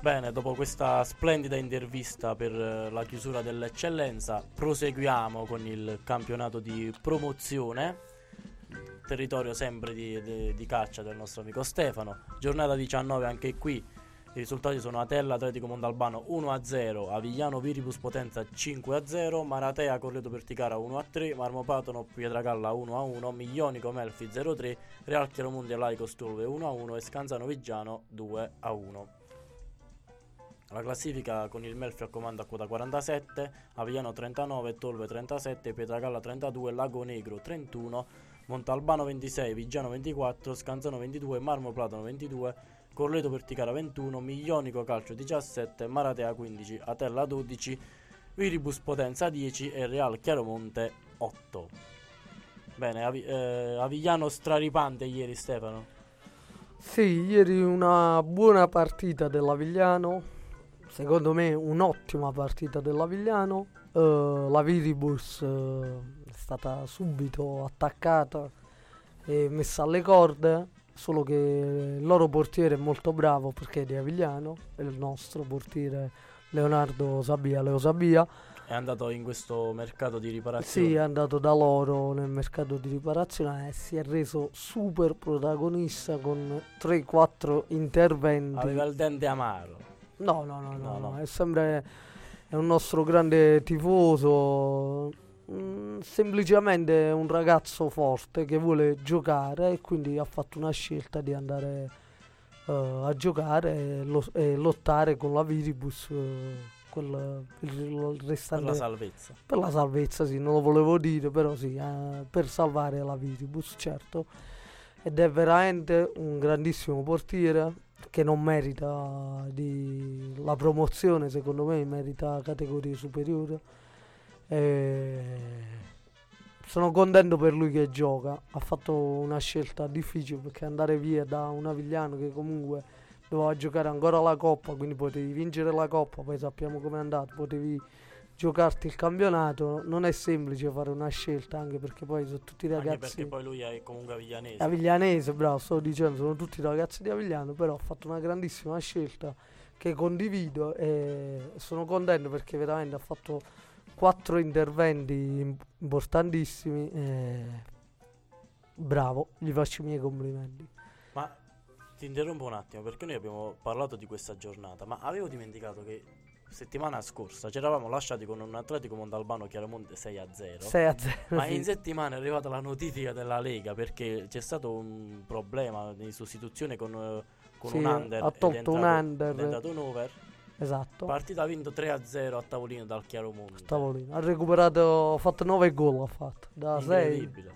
Bene, dopo questa splendida intervista per la chiusura dell'eccellenza, proseguiamo con il campionato di promozione, territorio sempre di caccia del nostro amico Stefano. Giornata 19 anche qui, i risultati sono Atella Atletico Mondalbano 1-0, Avigliano Viribus Potenza 5-0, Maratea Corleto Perticara 1-3, Marmopatano Pietragalla 1-1, Miglionico Melfi 0-3, Real Chiaromonte Laico Stolve 1-1 e Scanzano Viggiano 2-1. La classifica con il Melfi a comando a quota 47, Avigliano 39, Tolve 37, Pietragalla 32, Lago Negro 31, Montalbano 26, Viggiano 24, Scanzano 22, Marmoplatano 22, Corleto Perticara 21, Miglionico Calcio 17, Maratea 15, Atella 12, Viribus Potenza 10 e Real Chiaromonte 8. Bene, Avigliano straripante ieri, Stefano. Sì, ieri una buona partita dell'Avigliano. Secondo me un'ottima partita dell'Avigliano. La Viribus è stata subito attaccata e messa alle corde, solo che il loro portiere è molto bravo perché è di Avigliano, è il nostro portiere Leonardo Sabia, Leo Sabia. È andato in questo mercato di riparazione. Sì, è andato da loro nel mercato di riparazione e si è reso super protagonista con 3-4 interventi. Aveva il dente amaro. No. È un nostro grande tifoso, semplicemente è un ragazzo forte che vuole giocare e quindi ha fatto una scelta di andare a giocare e lottare con la Viribus il restante, per la salvezza. Per la salvezza, sì, non lo volevo dire, però sì, per salvare la Viribus, certo. Ed è veramente un grandissimo portiere che non merita la promozione, secondo me merita categorie superiori. Sono contento per lui che gioca, ha fatto una scelta difficile perché andare via da un Avigliano che comunque doveva giocare ancora la Coppa, quindi potevi vincere la Coppa, poi sappiamo com'è andato, potevi giocarti il campionato, non è semplice fare una scelta, anche perché poi sono tutti ragazzi, anche perché poi lui è comunque aviglianese. Aviglianese, bravo, stavo dicendo, sono tutti ragazzi di Avigliano, però ha fatto una grandissima scelta che condivido e sono contento perché veramente ha fatto 4 interventi importantissimi e bravo, gli faccio i miei complimenti. Ma ti interrompo un attimo perché noi abbiamo parlato di questa giornata, ma avevo dimenticato che settimana scorsa ci eravamo lasciati con un Atletico Mondalbano Chiaromonte 6-0. 6-0. Ma sì. in settimana è arrivata la notifica della Lega perché c'è stato un problema di sostituzione con Sì, un under. ha tolto un under. È entrato un over. Esatto. Partita ha vinto 3-0 a tavolino dal Chiaromonte. Tavolino. Ha recuperato, ha fatto 9 gol, ha fatto da 6. Incredibile.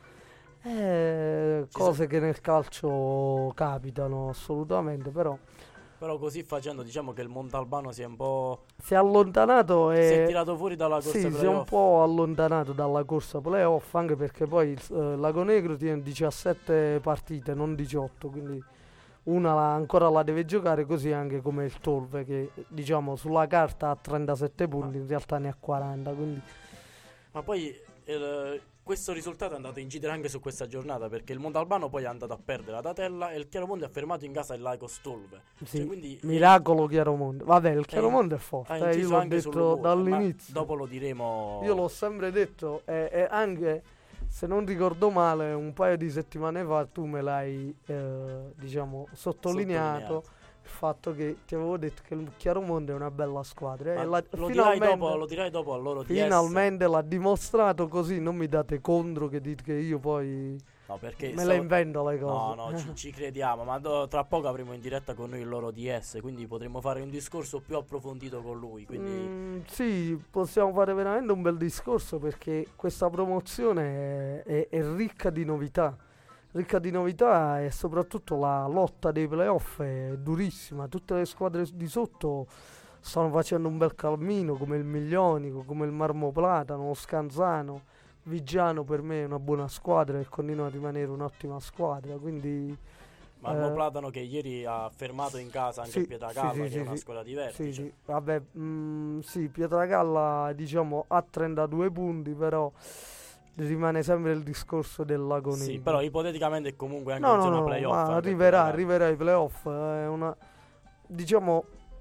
Cose che nel calcio capitano assolutamente, però così facendo diciamo che il Montalbano si è un po' si è allontanato e si è tirato fuori dalla corsa sì, playoff. si è un po' allontanato dalla corsa playoff, anche perché poi il Lago Negro tiene 17 partite, non 18, quindi una ancora la deve giocare, così anche come il Tolve che diciamo sulla carta ha 37 punti, in realtà ne ha 40, quindi Ma poi questo risultato è andato a incidere anche su questa giornata perché il Mondalbano poi è andato a perdere ad Atella e il Chiaromonte ha fermato in casa il Laico Stolve. sì, Cioè, quindi miracolo Chiaromonte. Vabbè, il Chiaromonte è forte, ha io inciso l'ho anche detto sull'umore, dall'inizio. ma dopo lo diremo. Io l'ho sempre detto e anche se non ricordo male un paio di settimane fa tu me l'hai diciamo sottolineato il fatto che ti avevo detto che il Chiaromonte è una bella squadra e lo dirai dopo al loro finalmente l'ha dimostrato, così non mi date contro che dite che io poi No, perché me le invento le cose. No, ci crediamo, ma tra poco avremo in diretta con noi il loro DS, quindi potremo fare un discorso più approfondito con lui. Quindi sì, possiamo fare veramente un bel discorso perché questa promozione è ricca di novità. Ricca di novità e soprattutto la lotta dei playoff è durissima. Tutte le squadre di sotto stanno facendo un bel cammino, come il Miglionico, come il Marmoplatano, lo Scanzano. Viggiano per me è una buona squadra e continua a rimanere un'ottima squadra, quindi Marmoplatano che ieri ha fermato in casa anche il Pietragalla, che è una squadra diversa. Sì, vabbè, sì, Pietragalla diciamo ha 32 punti, però rimane sempre il discorso del Lago Negro. Sì, però ipoteticamente è comunque anche in zona playoff. Ma arriverà ai playoff, è una, diciamo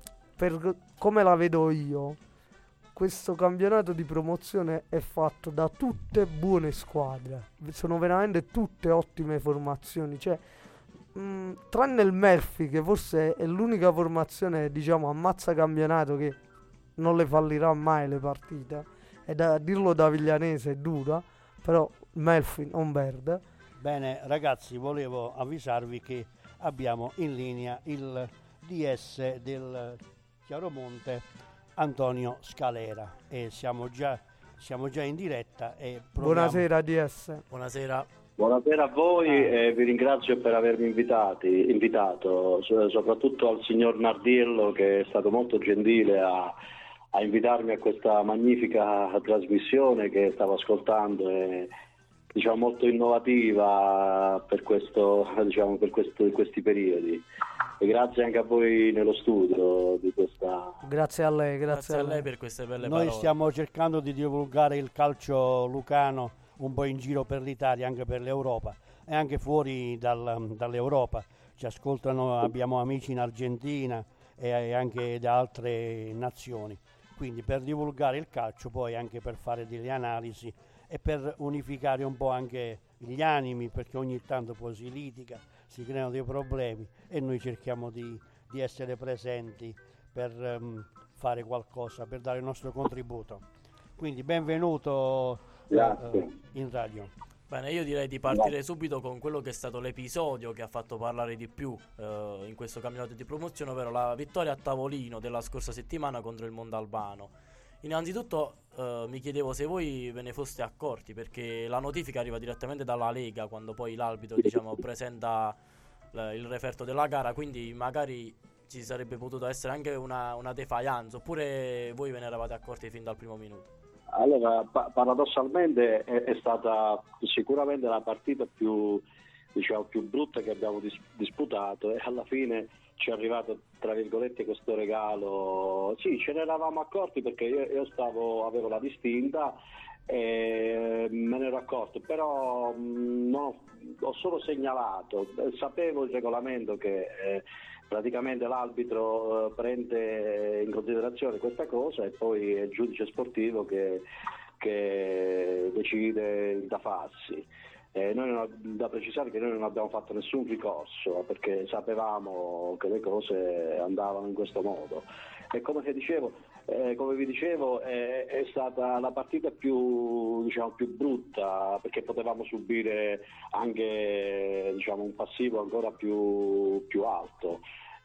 per come la vedo io, questo campionato di promozione è fatto da tutte buone squadre. Sono veramente tutte ottime formazioni. Cioè, tranne il Melfi, che forse è l'unica formazione, diciamo, ammazza campionato che non le fallirà mai le partite. E da dirlo da Viglianese è dura, però Melfi non perde. Bene, ragazzi, volevo avvisarvi che abbiamo in linea il DS del Chiaromonte, Antonio Scalera, e siamo già in diretta e proviamo. Buonasera DS. Buonasera. Buonasera a voi e vi ringrazio per avermi invitato, soprattutto al signor Nardiello, che è stato molto gentile a invitarmi a questa magnifica trasmissione che stavo ascoltando, e diciamo molto innovativa per questi periodi. E grazie anche a voi nello studio di questa. Grazie a lei, Grazie a lei per queste belle Noi parole. stiamo cercando di divulgare il calcio lucano un po' in giro per l'Italia, anche per l'Europa e anche fuori dall'Europa. Ci ascoltano, abbiamo amici in Argentina e anche da altre nazioni. Quindi per divulgare il calcio, poi anche per fare delle analisi e per unificare un po' anche gli animi, perché ogni tanto poi si litiga, si creano dei problemi e noi cerchiamo di essere presenti per fare qualcosa, per dare il nostro contributo. Quindi benvenuto in radio. Bene, io direi di partire subito con quello che è stato l'episodio che ha fatto parlare di più in questo campionato di promozione, ovvero la vittoria a tavolino della scorsa settimana contro il Mondalbano. Innanzitutto mi chiedevo se voi ve ne foste accorti, perché la notifica arriva direttamente dalla Lega quando poi l'arbitro, diciamo, presenta il referto della gara, quindi magari ci sarebbe potuto essere anche una defiance, oppure voi ve ne eravate accorti fin dal primo minuto? Allora, paradossalmente è stata sicuramente la partita più brutta che abbiamo disputato, e alla fine ci è arrivato, tra virgolette, questo regalo. Sì, ce ne eravamo accorti, perché io avevo la distinta e me ne ero accorto, però no, ho solo segnalato, sapevo il regolamento che praticamente l'arbitro prende in considerazione questa cosa e poi è il giudice sportivo che decide da farsi. Da precisare che noi non abbiamo fatto nessun ricorso, perché sapevamo che le cose andavano in questo modo. E come vi dicevo, è stata la partita più brutta, perché potevamo subire anche, un passivo ancora più alto.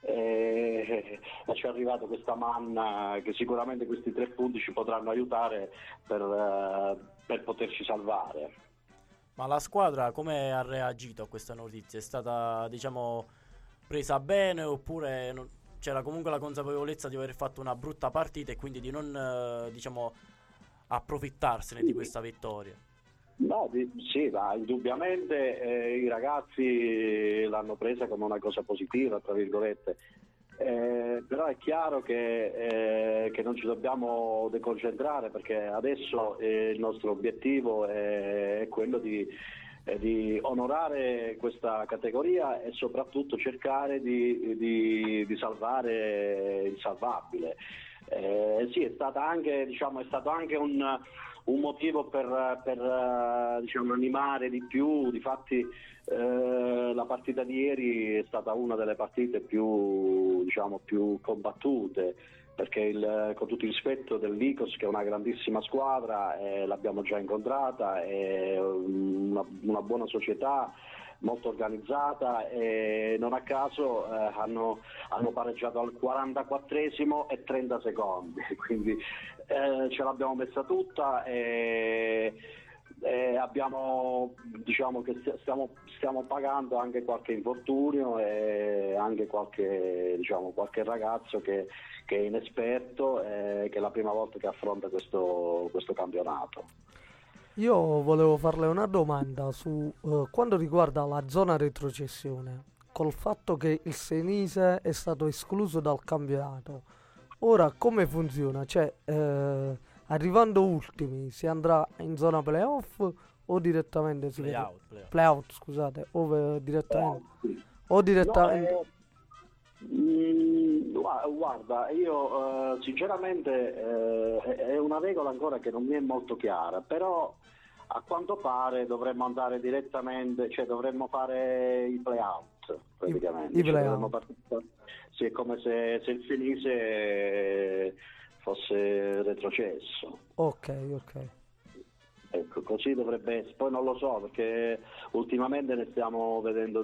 E ci è arrivata questa manna, che sicuramente questi 3 punti ci potranno aiutare per poterci salvare. Ma la squadra come ha reagito a questa notizia? È stata, presa bene, oppure c'era comunque la consapevolezza di aver fatto una brutta partita e quindi di non, approfittarsene di questa vittoria? No, sì, ma indubbiamente i ragazzi l'hanno presa come una cosa positiva, tra virgolette. Però è chiaro che non ci dobbiamo deconcentrare, perché adesso il nostro obiettivo è quello di onorare questa categoria e soprattutto cercare di salvare il salvabile. Sì, è stato anche un motivo per animare di più. Difatti la partita di ieri è stata una delle partite più combattute, perché con tutto il rispetto dell'Icos, che è una grandissima squadra, l'abbiamo già incontrata, è una buona società, molto organizzata, e non a caso hanno pareggiato al 44esimo e 30 secondi, quindi ce l'abbiamo messa tutta, e abbiamo, che stiamo pagando anche qualche infortunio e anche qualche ragazzo che è inesperto, che è la prima volta che affronta questo campionato. Io volevo farle una domanda su quanto riguarda la zona retrocessione, col fatto che il Senise è stato escluso dal campionato. Ora come funziona? Cioè, arrivando ultimi si andrà in zona playoff o direttamente Playout. playout, scusate, o direttamente o direttamente Guarda, io sinceramente è una regola ancora che non mi è molto chiara, però a quanto pare dovremmo andare direttamente, cioè dovremmo fare i play-out praticamente. I Cioè, play-out. sì, è come se il Felice fosse retrocesso. Ok. Ecco, così dovrebbe essere. Poi non lo so, perché ultimamente ne stiamo vedendo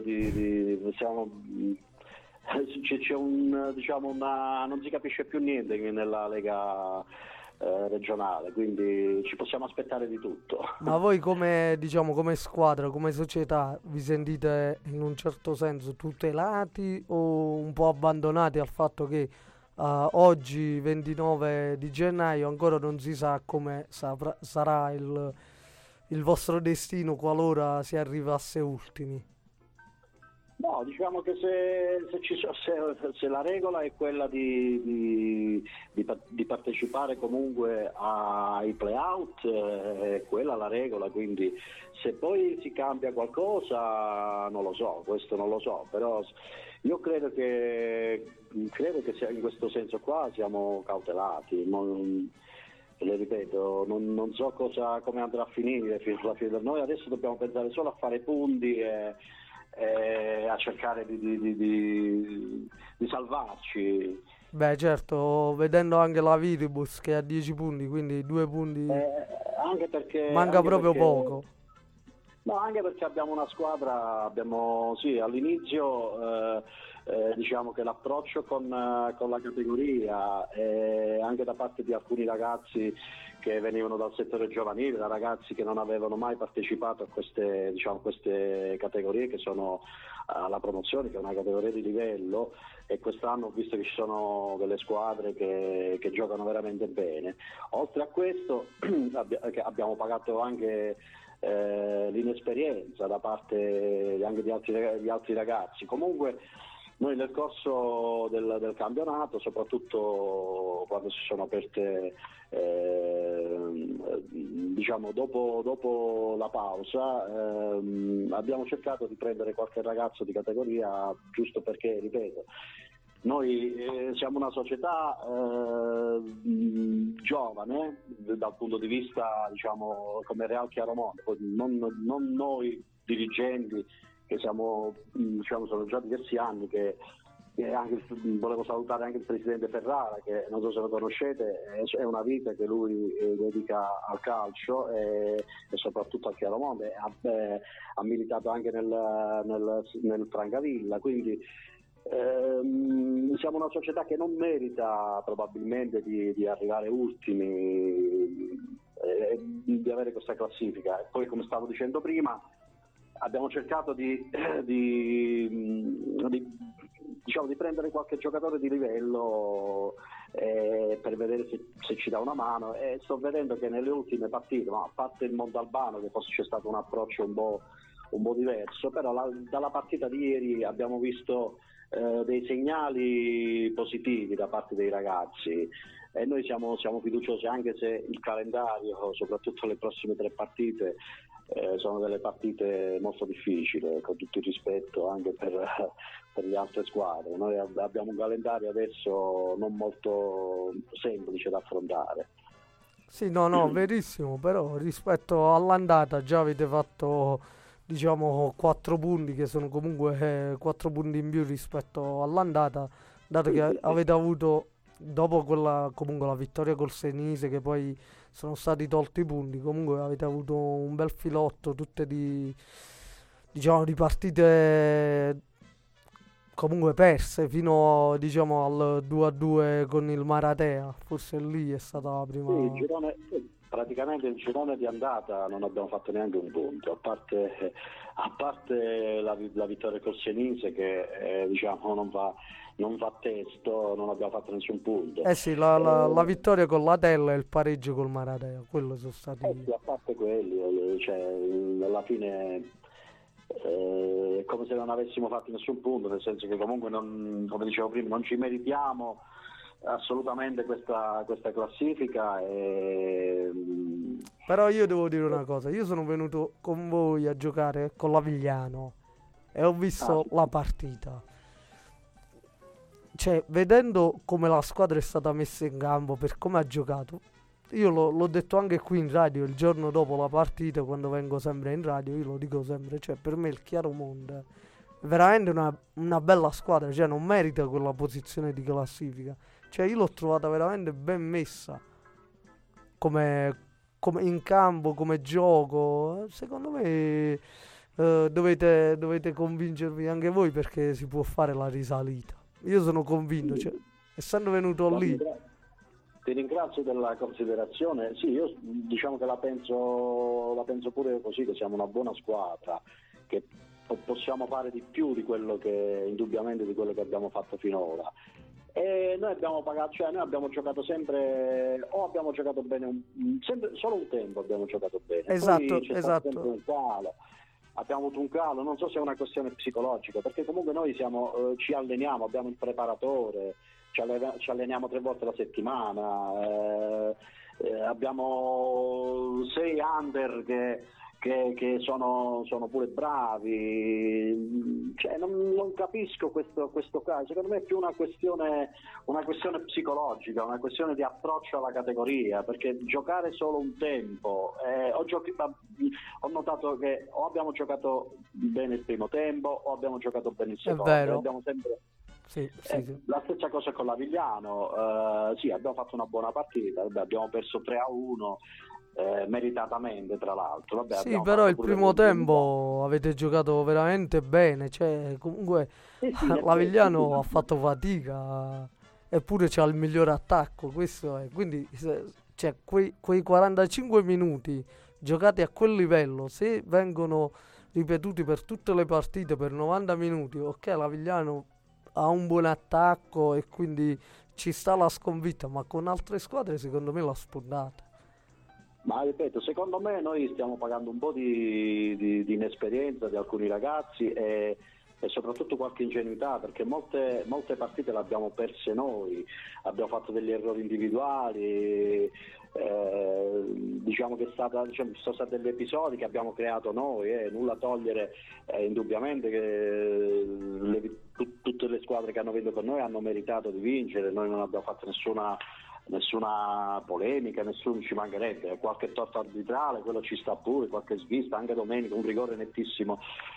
c'è non si capisce più niente nella Lega regionale, quindi ci possiamo aspettare di tutto. Ma voi come, diciamo, come squadra, come società, vi sentite in un certo senso tutelati o un po' abbandonati al fatto che oggi, 29 di gennaio, ancora non si sa come sarà il vostro destino qualora si arrivasse ultimi? No, diciamo che se la regola è quella di partecipare comunque ai play-out, è quella la regola, quindi se poi si cambia qualcosa non lo so, questo non lo so, però io credo che in questo senso qua siamo cautelati. Le ripeto, non so come andrà a finire fino alla fine. Noi adesso dobbiamo pensare solo a fare punti e a cercare di salvarci. Beh, certo, vedendo anche la Viribus che ha 10 punti, quindi 2 punti Anche perché manca proprio poco. No, anche perché abbiamo una squadra, sì, all'inizio diciamo che l'approccio con la categoria anche da parte di alcuni ragazzi che venivano dal settore giovanile, da ragazzi che non avevano mai partecipato a queste categorie che sono alla promozione, che è una categoria di livello, e quest'anno ho visto che ci sono delle squadre che giocano veramente bene. Oltre a questo abbiamo pagato anche l'inesperienza da parte anche di altri ragazzi. Comunque noi nel corso del campionato, soprattutto quando si sono aperte diciamo dopo la pausa, abbiamo cercato di prendere qualche ragazzo di categoria, giusto perché, ripeto, noi siamo una società giovane dal punto di vista, diciamo, come Real Chiaromonte, non noi dirigenti che siamo sono già diversi anni che anche volevo salutare anche il presidente Ferrara, che non so se lo conoscete, è una vita che lui dedica al calcio e soprattutto al Chiaromonte, ha militato anche nel Francavilla, quindi siamo una società che non merita probabilmente di arrivare ultimi di avere questa classifica. E poi, come stavo dicendo prima, abbiamo cercato di prendere qualche giocatore di livello per vedere se ci dà una mano, e sto vedendo che nelle ultime partite, a parte il Montalbano che forse c'è stato un approccio un po' diverso, però dalla partita di ieri abbiamo visto dei segnali positivi da parte dei ragazzi e noi siamo fiduciosi, anche se il calendario, soprattutto le prossime 3 partite, sono delle partite molto difficili, con tutto il rispetto anche per le altre squadre. Noi abbiamo un calendario adesso non molto semplice da affrontare. Sì, no, verissimo, però rispetto all'andata già avete fatto, diciamo, 4 punti, che sono comunque 4 punti in più rispetto all'andata, dato che avete avuto, dopo comunque la vittoria col Senise, che poi sono stati tolti i punti, comunque avete avuto un bel filotto, tutte di partite comunque perse fino, diciamo, al 2-2 con il Maratea. Forse lì è stata la prima. Sì, praticamente il girone di andata non abbiamo fatto neanche un punto, a parte la vittoria col Senise che diciamo non fa testo, non abbiamo fatto nessun punto. Sì, la vittoria con l'Atella e il pareggio col Maratea, quello sono stati. Sì, a parte quelli, cioè, alla fine è come se non avessimo fatto nessun punto, nel senso che comunque, come dicevo prima, non ci meritiamo assolutamente questa classifica. Però io devo dire una cosa, io sono venuto con voi a giocare con l'Avigliano e ho visto la partita. cioè, vedendo come la squadra è stata messa in campo, per come ha giocato, io l'ho detto anche qui in radio il giorno dopo la partita, quando vengo sempre in radio, io lo dico sempre, cioè per me il Chiaromonte è veramente una bella squadra, cioè non merita quella posizione di classifica, cioè io l'ho trovata veramente ben messa come in campo, come gioco. Secondo me dovete convincervi anche voi, perché si può fare la risalita. Io sono convinto, cioè, essendo venuto lì. Ti ringrazio della considerazione. Sì, io diciamo che la penso pure così, che siamo una buona squadra, che possiamo fare di più di quello che, indubbiamente, di quello che abbiamo fatto finora. E noi abbiamo pagato, cioè noi abbiamo giocato sempre, o abbiamo giocato bene solo un tempo abbiamo giocato bene. Esatto, poi c'è esatto. stato sempre un calo. Abbiamo avuto un calo, non so se è una questione psicologica, perché comunque noi ci alleniamo, abbiamo il preparatore, ci alleniamo 3 volte alla settimana, abbiamo 6 under che sono pure bravi, cioè non capisco questo caso. Secondo me è più una questione psicologica, una questione di approccio alla categoria, perché giocare solo un tempo, ho notato che o abbiamo giocato bene il primo tempo o abbiamo giocato bene il secondo. È vero. Abbiamo sempre Sì. la stessa cosa con l'Avigliano. Sì, abbiamo fatto una buona partita, abbiamo perso 3-1, meritatamente, tra l'altro. Sì, però il primo tempo avete giocato veramente bene, cioè comunque l'Avigliano ha fatto fatica, eppure c'ha il miglior attacco, questo è. Quindi cioè, quei 45 minuti giocati a quel livello, se vengono ripetuti per tutte le partite per 90 minuti, ok, l'Avigliano ha un buon attacco e quindi ci sta la sconfitta, ma con altre squadre secondo me l'ha spuntata. Ma ripeto, secondo me noi stiamo pagando un po' di inesperienza di alcuni ragazzi e soprattutto qualche ingenuità, perché molte partite le abbiamo perse noi, abbiamo fatto degli errori individuali, diciamo che sono stati degli episodi che abbiamo creato noi, nulla a togliere, indubbiamente che tutte le squadre che hanno vinto con noi hanno meritato di vincere, noi non abbiamo fatto nessuna polemica, nessuno ci mancherebbe, qualche torto arbitrale, quello ci sta pure, qualche svista, anche domenica un rigore nettissimo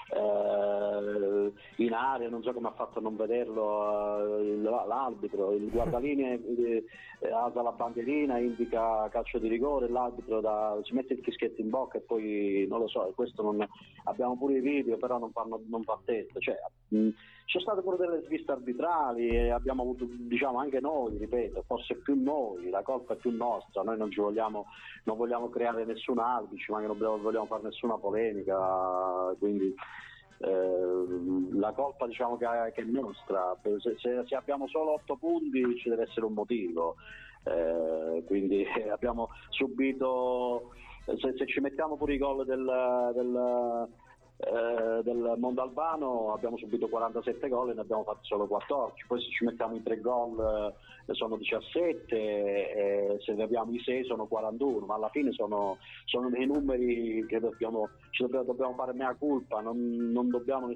in area, non so come ha fatto a non vederlo l'arbitro, il guardalinee alza la bandierina, indica calcio di rigore, l'arbitro si mette il fischietto in bocca e poi non lo so, questo non, abbiamo pure i video, però non fa testa, cioè ci sono state pure delle sviste arbitrali e abbiamo avuto, diciamo, anche noi, ripeto, forse più noi, la colpa è più nostra, noi non vogliamo creare nessun arbitro, ma non vogliamo fare nessuna polemica, quindi la colpa, diciamo, che è nostra. Se abbiamo solo 8 punti ci deve essere un motivo, quindi abbiamo subito, se ci mettiamo pure i gol del Mondalbano abbiamo subito 47 gol e ne abbiamo fatti solo 14, poi se ci mettiamo i 3 gol sono 17 e se ne abbiamo i 6 sono 41, ma alla fine sono dei numeri che dobbiamo fare mea culpa, non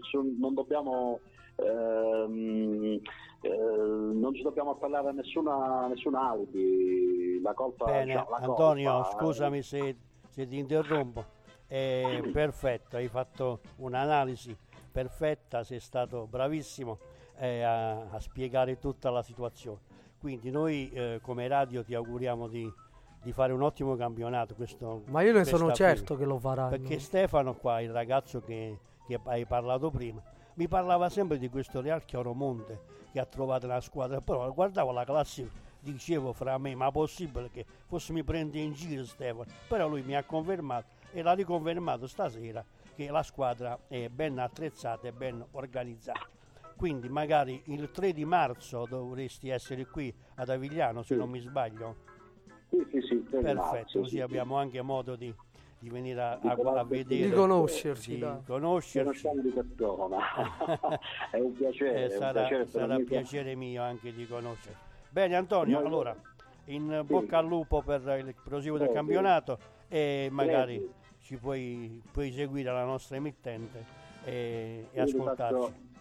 ci dobbiamo appellare a nessun alibi, la colpa. Bene, la Antonio, colpa, scusami se ti interrompo. Perfetto, hai fatto un'analisi perfetta, sei stato bravissimo a spiegare tutta la situazione. Quindi noi come radio ti auguriamo di fare un ottimo campionato. Ma io ne sono certo che lo faranno. Perché Stefano qua, il ragazzo che hai parlato prima, mi parlava sempre di questo Real Chiaromonte che ha trovato una squadra, però guardavo la classifica, dicevo fra me, ma possibile che forse mi prende in giro Stefano? Però lui mi ha confermato e l'ha riconfermato stasera che la squadra è ben attrezzata e ben organizzata. Quindi magari il 3 di marzo dovresti essere qui ad Avigliano, se non mi sbaglio. Sì, perfetto, così abbiamo anche modo di venire a vedere, di conoscerci, di persona. È un piacere, sarà piacere mio anche di conoscere. Bene Antonio, allora in bocca al lupo per il proseguo del campionato e magari ci puoi seguire la nostra emittente e ascoltarci.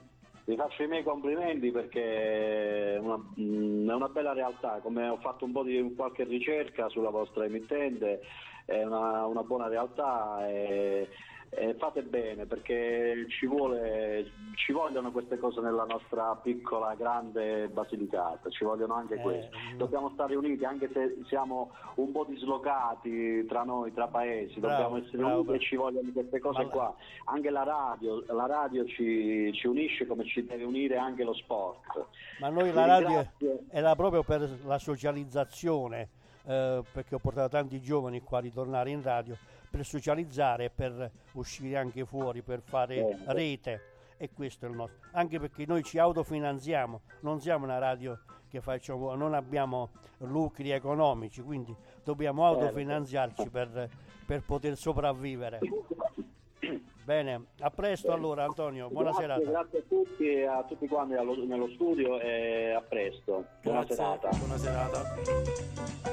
vi faccio i miei complimenti perché è una bella realtà, come ho fatto un po' di qualche ricerca sulla vostra emittente, è una buona realtà e fate bene perché ci vogliono queste cose nella nostra piccola grande Basilicata, ci vogliono anche queste. Dobbiamo stare uniti anche se siamo un po' dislocati tra noi, tra paesi, dobbiamo essere uniti e ci vogliono queste cose qua. Anche la radio ci unisce come ci deve unire anche lo sport. Ma noi la radio era proprio per la socializzazione, perché ho portato tanti giovani qua a ritornare in radio per socializzare, per uscire anche fuori, per fare rete, e questo è il nostro, anche perché noi ci autofinanziamo, non siamo una radio che facciamo, non abbiamo lucri economici, quindi dobbiamo autofinanziarci per poter sopravvivere. Bene, a presto allora Antonio, buona serata. Grazie a tutti e a tutti quanti nello studio e a presto. Buona serata. Buona serata.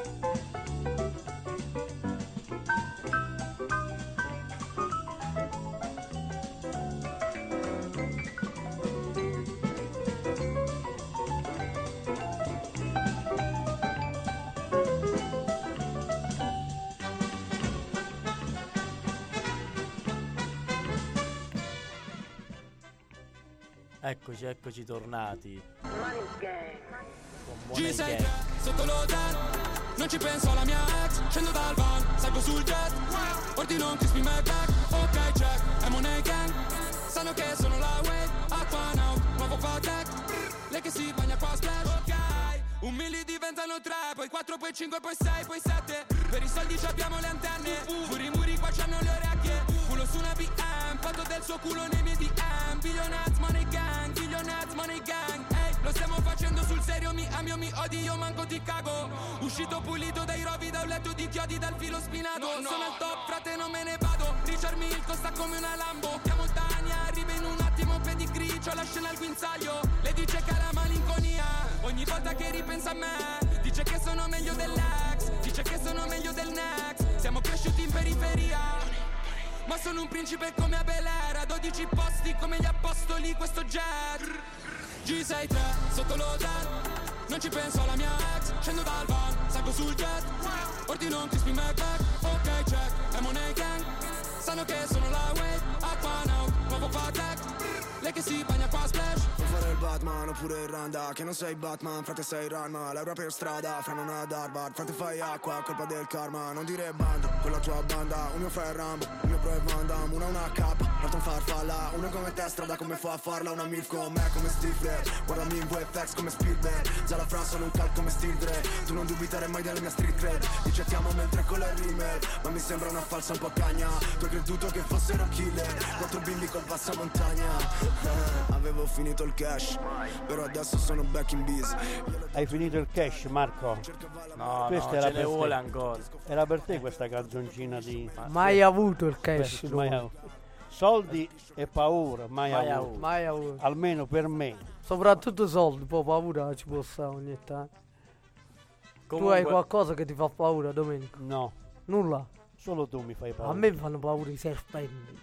Eccoci tornati. G6 sotto l'hotel, non ci penso alla mia ex, scendo dal van, salgo sul jet, ordino un crispy McBack, ok check, M&A gang, sanno che sono la wave, acqua now, nuovo Patek, lei che si bagna qua splash, ok, 1 milli diventano 3, poi 4, poi 5, poi 6, poi 7, per i soldi ci abbiamo le antenne, muri qua c'hanno le orecchie, culo su una BM, fatto del suo culo nei miei DM, billionats money gang, ehi, lo stiamo facendo sul serio, mi ami o mi odi, io manco ti cago, uscito pulito dai rovi, da un letto di chiodi, dal filo spinato, sono al top, frate non me ne vado, Richard Mille costa come una Lambo, chiamo Tania, arriva in un attimo, pedigree, c'ho la scena al guinzaglio, le dice che ha la malinconia, ogni volta che ripensa a me, dice che sono meglio dell'ex, dice che sono meglio del next, siamo cresciuti in periferia, ma sono un principe come Abelera, 12 posti come gli apostoli, questo jet, G63 sotto l'hotel, non ci penso alla mia ex, scendo dal van, salgo sul jet, ordino un crispy McBack, ok check, M&A gang, sanno che sono la wave, acqua now, nuovo Patek, lei che si bagna qua splash. Puoi fare il Batman oppure il Randa, che non sei Batman, frate sei Ranma, l'euro per strada, fra non ad Harvard, frate fai acqua, colpa del karma, non dire bando, con la tua banda, un mio fra è Rambo, un mio pro è Van Damme, una K, l'altro un farfalla, uno come te strada come fa a farla, una milf con me come Stifler, guardami in VFX come Spielberg, già la frase sono un cal come Stilgre, tu non dubitare mai della mia street cred, dice ti amo mentre con le rime, ma mi sembra una falsa un po' cagna, tu hai creduto che fossero killer, 4 bimbi col passamontagna, avevo finito il cash, però adesso sono back in biz. Hai finito il cash, Marco? No, Questa no, era ce ne per vuole te. ancora. Era per te questa canzoncina di Mai avuto il cash, mai lui. avuto. Soldi e paura, mai avuto. Mai avuto. Almeno per me. Soprattutto soldi, poi paura ci può stare ogni tanto. Comunque, Tu hai qualcosa che ti fa paura, Domenico? No, Nulla. solo tu mi fai paura. A me fanno paura i serpenti.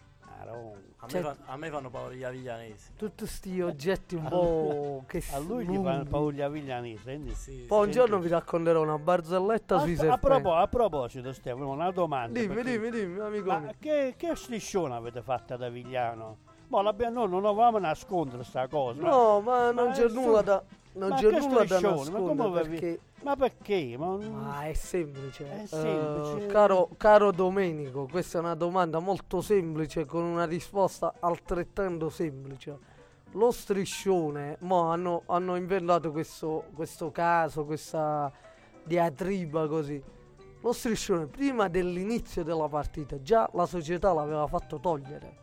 a me fanno paura gli aviglianesi. Tutti sti oggetti un po' che A lui gli fanno paura gli aviglianesi. senti? Sì, Poi un sì. giorno vi racconterò una barzelletta sui serpenti. A proposito, Stefano, una domanda. Dimmi, perché- dimmi, amico Ma mio. che striscione avete fatto ad Avigliano? Noi non avevamo nascondere sta cosa. No, ma non c'è su- nulla da... Non ma c'è che nulla da striscione? Ma come nascondere avevi- perché... Ma perché? Ma è semplice. È semplice. Caro Domenico, questa è una domanda molto semplice con una risposta altrettanto semplice. Lo striscione, hanno inventato questo caso, questa diatriba così. Lo striscione prima dell'inizio della partita già la società l'aveva fatto togliere.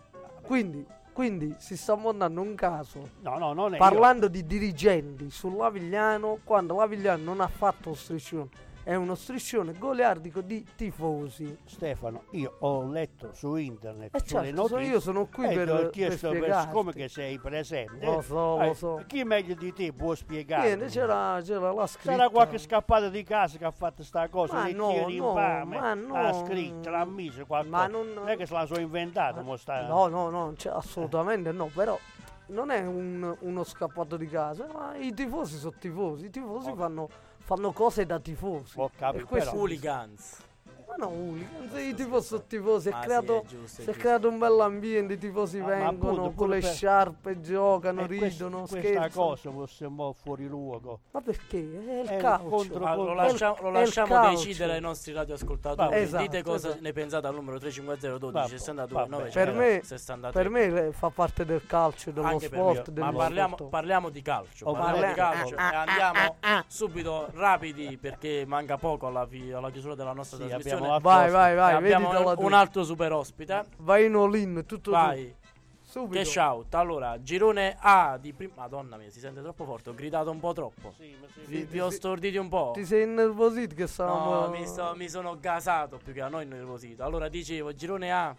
Quindi si sta montando un caso No, non è. parlando di dirigenti sull'Avigliano, quando l'Avigliano non ha fatto lo striscione, è uno striscione goliardico di tifosi. Stefano, io ho letto su internet E sulle certo, notizie io sono qui e ti ho per chiesto spiegarti. come che sei presente. Lo so. Chi meglio di te può spiegare? Niente, c'era la scritta. Sarà qualche scappata di casa che ha fatto sta cosa, Ma dei no, tiri no, infame, ma no. l'ha scritta, l'ha mise qualcosa. Ma non è che se la sono inventata, mo sta... No, assolutamente no, però non è uno scappato di casa, ma i tifosi sono tifosi. I tifosi fanno cose da tifosi. Ho capito, E questo- però. Hooligans. Ma no, hooligans, i tifosi sono tifosi. Ma È sì, creato, è giusto, si è creato un bell'ambiente, i tifosi Ma vengono appunto, con le pure per- sciarpe, giocano, E ridono, questa scherzano. cosa fosse un po' fuori luogo. Ma perché? È il È calcio. contro- Ma lo È il- lasciamo, è il calcio. decidere ai nostri radioascoltatori. Vabbè. Esatto, Dite cosa esatto. ne pensate al numero 350 12 Vabbè, 62 vabbè. 900 Per me- 63. Per me fa parte del calcio, dello Anche per sport. me. dello Ma sport. parliamo di calcio. Oh, Parliamo di parliamo- calcio e andiamo subito rapidi perché manca poco alla chiusura della nostra Sì, trasmissione. abbiamo l'altro Vai, E vai, abbiamo veditela tu. un altro super ospite. Vai in all-in, tutto Vai. tu. Subito. Che shout. Allora, girone A di prima. Madonna mia, si sente troppo forte. Ho gridato un po' troppo. Sì, ma sì, Vi ho storditi un po'. Ti sei innervosito che No, stavamo... mi sono gasato più che a noi nervosito. Allora, dicevo, girone A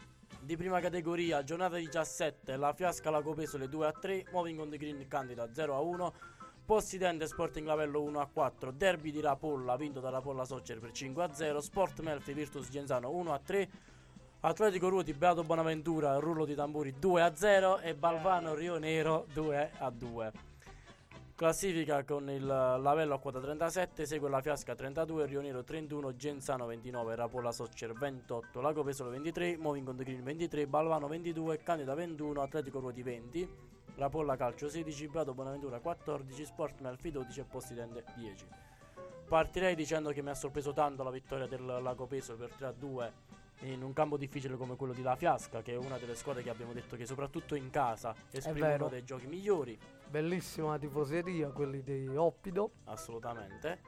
di prima categoria, giornata 17, la Fiasca la Copesole 2-3, Moving on the Green Candida 0-1, Possidente Sporting Lavello 1-4, Derby di Rapolla vinto da Rapolla Soccer per 5-0, Sport Melfi Virtus Genzano 1-3, Atletico Ruoti Beato Bonaventura Rullo di Tamburi 2-0 e Balvano Rio Nero 2-2. Classifica con il Lavello a quota 37, segue la Fiasca 32, Rio Nero 31, Genzano 29, Rapolla Soccer 28, Lago Pesolo 23, Moving on the Green 23, Balvano 22, Candida 21, Atletico Ruoti 20, Rapolla Calcio 16, Beato Bonaventura 14, Sport Melfi 12 e Possidente 10. Partirei dicendo che mi ha sorpreso tanto la vittoria del Lago Pesolo per 3-2 in un campo difficile come quello di La Fiasca, che è una delle squadre che abbiamo detto che soprattutto in casa esprime vero. uno dei giochi migliori. Bellissima tifoseria, quelli di Oppido. Assolutamente.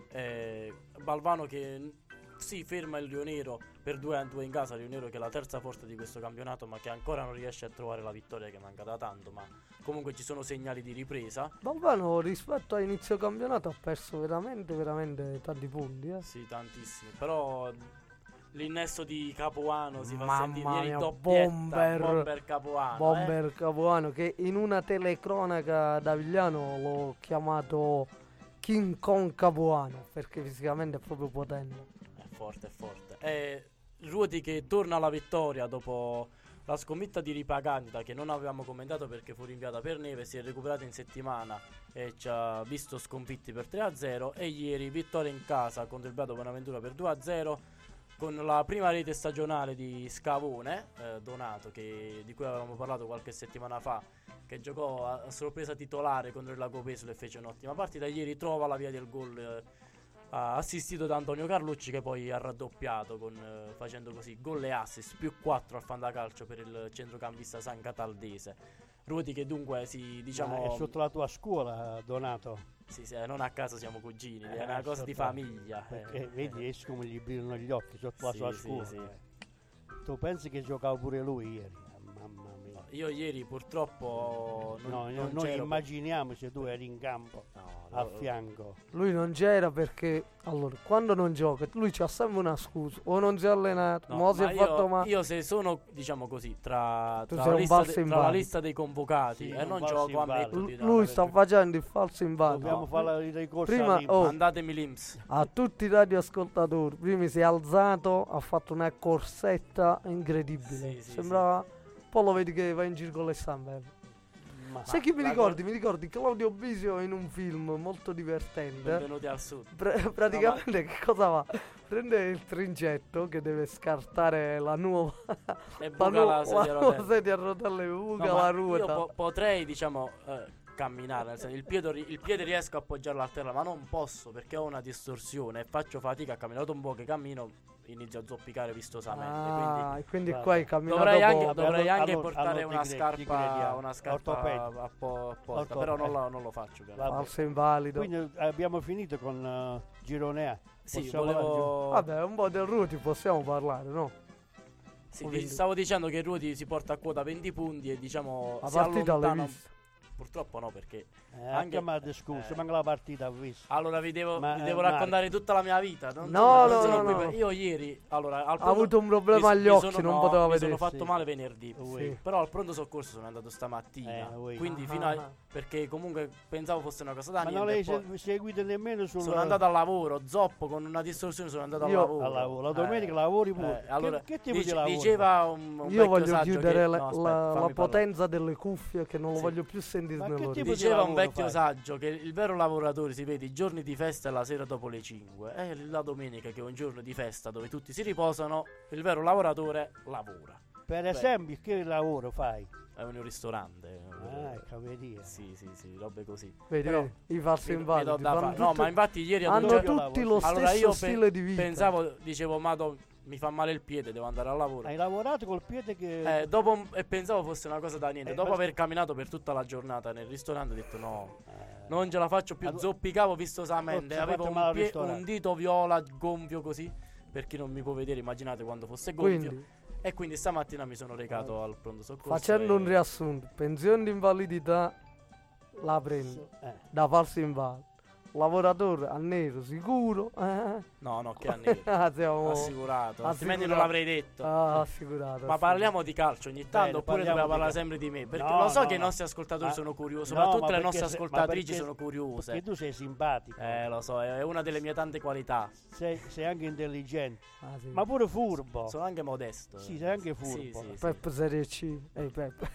Balvano che si ferma il Rio Nero per 2-2 in casa. Rio Nero che è la terza forza di questo campionato, ma che ancora non riesce a trovare la vittoria, che manca da tanto. Ma comunque ci sono segnali di ripresa. Balvano rispetto a inizio campionato ha perso veramente tanti punti. Sì, tantissimi. Però l'innesto di Capuano si fa Mamma sentire ieri mia, doppietta, Bomber. Bomber Capuano. Bomber Capuano, che in una telecronaca da Vigliano l'ho chiamato King Kong Capuano, perché fisicamente è proprio potente. È forte, è forte. E Ruoti che torna alla vittoria dopo la sconfitta di Ripaganda, che non avevamo commentato perché fu rinviata per neve. Si è recuperata in settimana e ci ha visto sconfitti per 3-0. E ieri vittoria in casa contro il Beato Bonaventura per 2-0, con la prima rete stagionale di Scavone, Donato, di cui avevamo parlato qualche settimana fa, che giocò a sorpresa titolare contro il Lago Pesolo e fece un'ottima partita. Ieri trova la via del gol, assistito da Antonio Carlucci, che poi ha raddoppiato facendo così gol e assist più 4 al fantacalcio per il centrocampista San Cataldese. Ruoti che dunque Ma è sotto la tua scuola, Donato? sì, non a caso siamo cugini, è una sotto- cosa di famiglia. Perché vedi, esci come gli brillano gli occhi sotto la Sì, sua sì, scuola. sì. Tu pensi che giocava pure lui ieri? Mamma mia. Io ieri purtroppo non Noi c'ero. immaginiamo se tu eri in campo a fianco. Lui non c'era perché, allora, quando non gioca, lui c'ha sempre una scusa. O non si è allenato, No, mo si ma è fatto male. io se sono, diciamo così, tra Tu la sei un lista falso tra la invalido. lista dei convocati Sì, e un non falso gioco, ammetto invalido. di no, Lui no, sta perché- facendo il falso invalido. Dobbiamo fare il ricorso Prima- all'Inps. oh, Mandatemi l'Inps. A tutti i radioascoltatori, prima si è alzato, ha fatto una corsetta incredibile. Sì, sì, Sembrava. Poi lo vedi che va in giro con le stampe. Ma- Sai chi mi la ricordi? Mi ricordi Claudio Bisio in un film molto divertente. Benvenuti al sud. Praticamente che cosa fa? Prende il trincetto che deve scartare la nuova E la buca la sedia a nuova rotelle. sedia a rotelle, buca No, ma la io ruota. potrei, diciamo, camminare, nel senso, il piede riesco a appoggiarlo a terra, ma non posso perché ho una distorsione e faccio fatica a camminare. Dopo un po' che cammino inizio a zoppicare vistosamente. Ah, e quindi Guarda, qua hai camminato Dovrei anche, poco. dovrei anche Allora- portare allora una ti scarpa, crediamo. apposta, Ortopedico. però non lo faccio. ovviamente. Vabbè. Falso invalido. Quindi abbiamo finito con Girone A. Sì, Possiamo volevo. Vabbè, un po' del Ruti possiamo parlare, no? Sì, Quindi- stavo dicendo che Ruoti si porta a quota 20 punti e diciamo La si partita l'hai allontana. vista. purtroppo no, perché Anche a me scusa, manca la partita, ho visto. allora vi devo Marco. raccontare tutta la mia vita. Non No, sono no, qui no. Io ieri allora al Ha avuto un problema agli occhi, non poteva mi vedere. sono fatto Sì. male venerdì. Sì. Però al pronto soccorso sono andato stamattina. Oui. Quindi Ah, fino a ah. perché comunque pensavo fosse una cosa da Ma niente. non lei e poi seguite nemmeno sul sono andato al lavoro, zoppo con una distorsione, sono andato Io- al lavoro. al lavoro. La domenica lavori pure. Allora, che tipo di lavoro? diceva un Io vecchio voglio saggio chiudere che, la, no, aspetta, la fammi parlare. potenza delle cuffie che non lo Sì. voglio più sentire Ma che nell'orecchio. tipo di Diceva un lavoro vecchio fai? saggio che il vero lavoratore si vede i giorni di festa e la sera dopo le 5. E la domenica, che è un giorno di festa dove tutti si riposano, il vero lavoratore lavora. Per esempio, che lavoro fai? È un ristorante. Caveria. Sì, robe così. Vedi, Però vedi, i falsi mi do invalidi da fanno fare. No, tutti- ma infatti ieri ad un hanno giorno- tutti lo allora stesso io stile di vita. pensavo, dicevo, mi fa male il piede, devo andare al lavoro. Hai lavorato col piede che... E pensavo fosse una cosa da niente. Dopo ma- aver camminato per tutta la giornata nel ristorante, ho detto no, Eh, non ce la faccio più. Allora- Zoppicavo vistosamente. Oh, ti Avevo fatto male al un ristorante. dito viola gonfio così. Per chi non mi può vedere, immaginate quando fosse gonfio. Quindi, E quindi stamattina mi sono recato al pronto soccorso. facendo e- un riassunto, pensione di invalidità la prendo da falsi invalidi. Lavoratore a nero sicuro. No, che anni. Siamo Assicurato. Altrimenti assicurato. non l'avrei detto. Assicurato. Ma parliamo di calcio ogni tanto, Bene, oppure parliamo dobbiamo di parlare calcio. sempre di me? Perché No, lo so no, che i no. nostri ascoltatori Ma- sono curiosi, no, soprattutto ma le nostre perché ascoltatrici perché- sono curiose. Perché tu sei simpatico. Lo so, è una delle mie tante qualità. Sei anche intelligente. Ah, sì. Ma pure furbo. Sono anche modesto. Sì, sei anche furbo. Sì. Pep Serie C. Ehi Pep.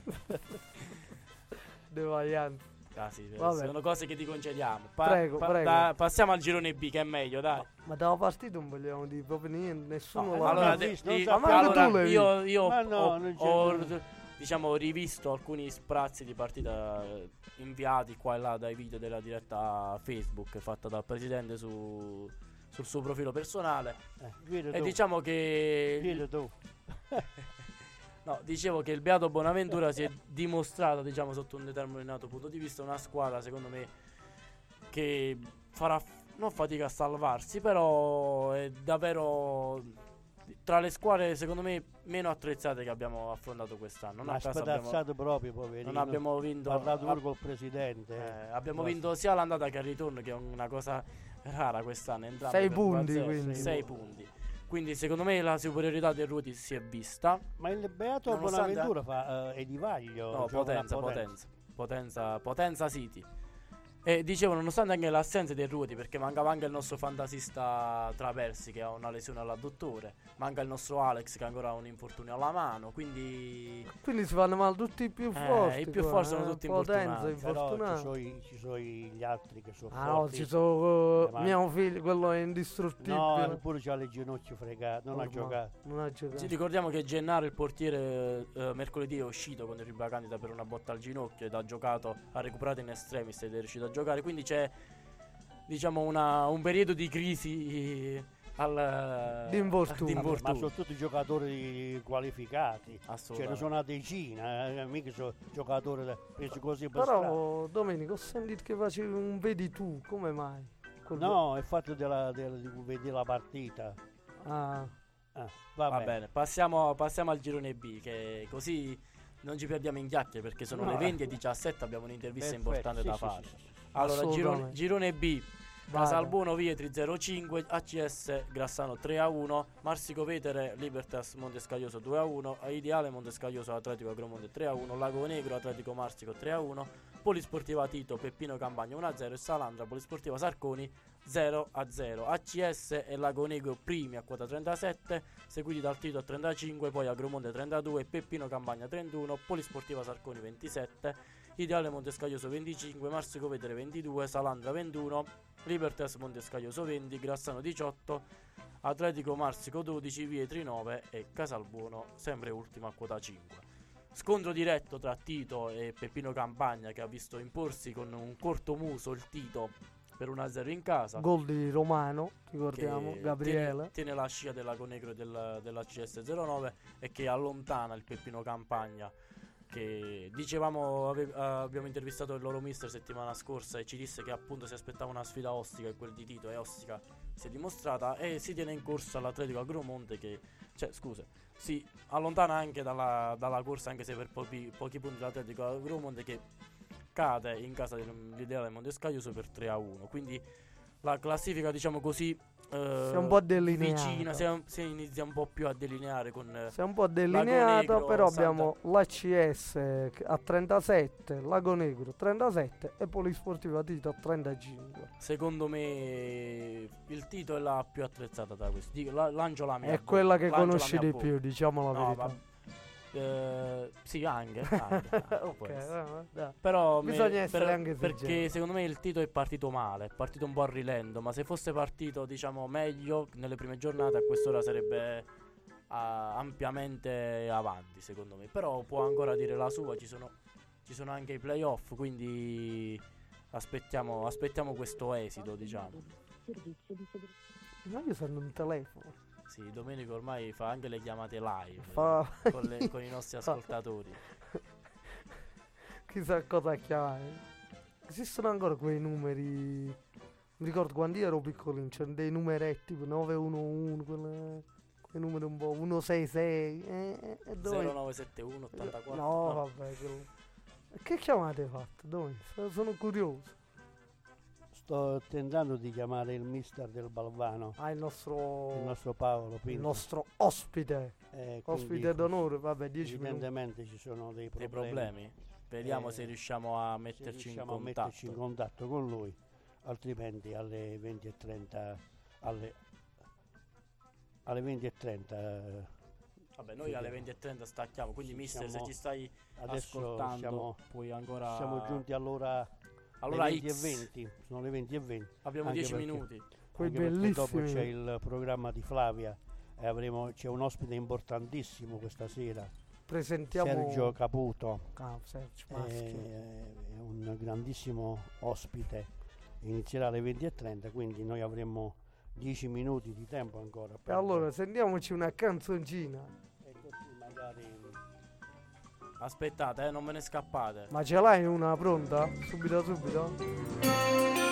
De Vagliante. Ah, sì, Vabbè. sono cose che ti concediamo. Prego, prego. Passiamo al girone B, che è meglio, dai. Ma dalla partita non vogliamo dire proprio niente, nessuno No, l'ha Allora, visto. non di- so- ma manco allora, tu l'hai io Ma no, ho, non c'è ho, niente. diciamo, rivisto alcuni sprazzi di partita inviati qua e là dai video della diretta Facebook fatta dal presidente sul suo profilo personale. Vedi E tu. diciamo che Vedi tu. no, dicevo che il Beato Bonaventura si è dimostrato, diciamo, sotto un determinato punto di vista, una squadra, secondo me, che farà non fatica a salvarsi, però è davvero tra le squadre, secondo me, meno attrezzate che abbiamo affrontato quest'anno. Non Ma a caso spedazzato proprio, poverino. non abbiamo vinto. Ho parlato pure col presidente. Abbiamo Ma- vinto sia l'andata che il ritorno, che è una cosa rara quest'anno. entrambe 6 per punti, 1-0, quindi. 6 punti. Quindi secondo me la superiorità del Ruti si è vista. Ma il Beato Nonostante- Bonaventura fa Edivaglio. No, gioca a Potenza City. E dicevo, nonostante anche l'assenza del Ruti, perché mancava anche il nostro fantasista Traversi, che ha una lesione all'adduttore, manca il nostro Alex, che ancora ha un infortunio alla mano, quindi Quindi si fanno male tutti i più forti. i più qua, forti sono tutti Potenza, infortunati. Però infortunati. ci sono gli altri che sono Ah no, forti. ci sono Ma- mio figlio, quello è indistruttibile. No, pure c'ha le ginocchia fregate, non ha Ormai, giocato. Non ha giocato. ci ricordiamo che Gennaro, il portiere, mercoledì è uscito con il Riba Candida per una botta al ginocchio ed ha giocato, ha recuperato in extremis ed è riuscito a giocare, quindi c'è, diciamo, un periodo di crisi Di infortuni. Ma sono tutti giocatori qualificati. Ce ne Assolutamente. sono una decina, mica sono giocatori presi così per strada. Però Domenico, ho sentito che facevi un vedi tu, come mai? No, è fatto di vedere la partita. Ah, Va bene, passiamo al girone B, che così non ci perdiamo in chiacchiere, perché sono No, le 20:17, abbiamo un'intervista Perfetto, importante sì, da sì, fare. sì, sì. Allora, Assolutamente. girone B. Vai. Casalbuono Vietri 0-5, ACS Grassano 3-1, Marsico Vetere Libertas Montescaglioso 2-1, Ideale Montescaglioso Atletico Agromonte 3-1, Lago Negro Atletico Marsico 3-1, Polisportiva Tito Peppino Campagna 1-0 e Salandra Polisportiva Sarconi 0-0. ACS e Lago Negro primi a quota 37, seguiti dal Tito a 35, poi Agromonte 32, Peppino Campagna 31, Polisportiva Sarconi 27, Ideale Montescaglioso 25, Marsico Vetere 22, Salandra 21, Libertas Montescaglioso 20, Grassano 18, Atletico Marsico 12, Vietri 9 e Casalbuono sempre ultimo a quota 5. Scontro diretto tra Tito e Peppino Campagna, che ha visto imporsi con un corto muso il Tito per 1-0 in casa. gol di Romano, ricordiamo, che Gabriele. tiene la scia del Lago Negro della CS 09 e che allontana il Peppino Campagna, che dicevamo, abbiamo intervistato il loro mister settimana scorsa e ci disse che appunto si aspettava una sfida ostica, e quel di Tito e ostica si è dimostrata, e si tiene in corsa l'Atletico Agromonte, che si allontana anche dalla corsa, anche se per pochi punti, l'Atletico Agromonte, che cade in casa dell'Ideale Montescaglioso per 3-1. Quindi la classifica, diciamo così, si è un po' delineata. vicina, si inizia un po' più a delineare con si è un po' delineata, Negro, però Santa- abbiamo l'ACS a 37, Lago Negro 37 e Polisportiva Tito a 35. secondo me il Tito è la più attrezzata tra questi. Lancio la mia. È quella che lancio la conosci mia di voce. più, diciamo la No, verità. sì, anche Ok, può essere. dai. Però Bisogna essere anche perché sinceri. secondo me il Tito è partito male, è partito un po' a rilento, ma se fosse partito, diciamo, meglio nelle prime giornate, a quest'ora sarebbe ampiamente avanti, secondo me. Però può ancora dire la sua, ci sono anche i playoff, quindi aspettiamo questo esito, diciamo. Ma io sono un telefono. Sì, Domenico ormai fa anche le chiamate live con i nostri ascoltatori. Chissà cosa chiamare. Esistono ancora quei numeri. Mi ricordo quando io ero piccolino, c'erano dei numeretti tipo 911, quei numeri un po' 166. Dove? 0971 84. No, vabbè. Che chiamate hai fatto? Dove? Sono curioso. Sto tentando di chiamare il mister del Balvano, Il nostro Paolo il Pinto. nostro ospite. Quindi Ospite d'onore, vabbè, 10 minuti. evidentemente ci sono dei Dei problemi. problemi? Vediamo se riusciamo a Se metterci riusciamo a in metterci in contatto. contatto con lui, altrimenti alle 20:30 alle 20:30 Vabbè, noi alle 20:30 stacchiamo, quindi Sì, mister, se siamo- ci stai adesso ascoltando, puoi ancora... siamo giunti all'ora allora le X. 20:20, sono le 20:20. Abbiamo Anche 10 perché- minuti. Quei Anche perché dopo bellissimi. c'è il programma di Flavia e c'è un ospite importantissimo questa sera, Presentiamo Sergio Caputo. Sergio È Maschio. un grandissimo ospite, inizierà alle 20:30, quindi noi avremo 10 minuti di tempo ancora. E allora sentiamoci una canzoncina. E così magari Aspettate, non ve ne scappate. Ma ce l'hai una pronta? Subito.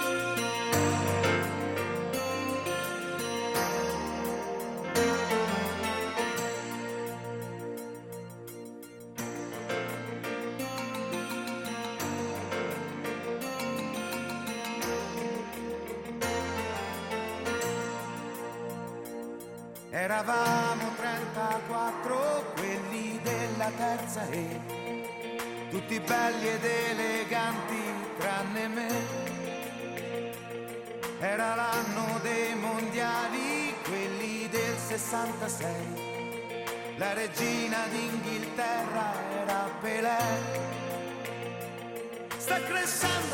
Eravamo 34, quelli della terza E, tutti belli ed eleganti tranne me. Era l'anno dei mondiali, quelli del 66, la regina d'Inghilterra era Pelé. Sta crescendo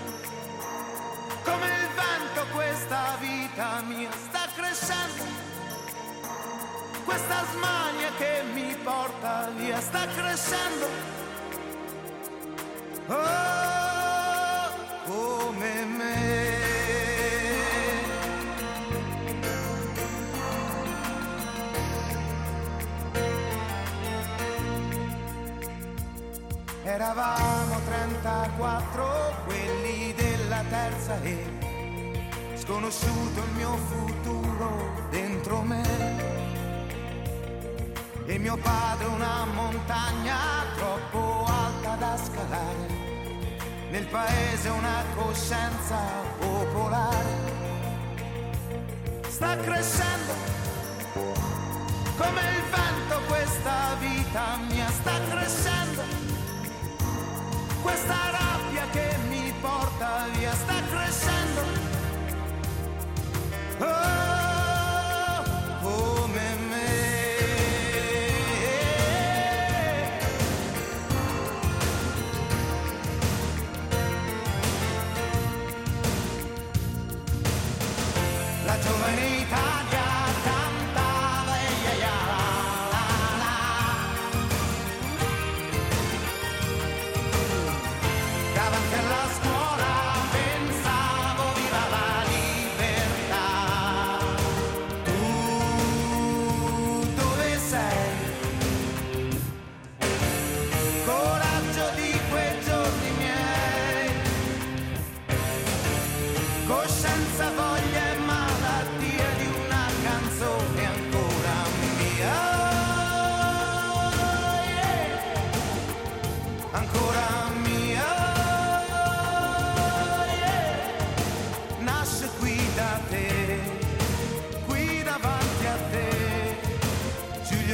come il vento questa vita mia, sta crescendo questa smania che mi porta via, sta crescendo, oh, come me. Eravamo 34, quelli della terza E, sconosciuto il mio futuro dentro me. E mio padre una montagna troppo alta da scalare, nel paese una coscienza popolare. Sta crescendo come il vento questa vita mia, sta crescendo questa rabbia che mi porta via, sta crescendo, oh, come me. La giovane Italia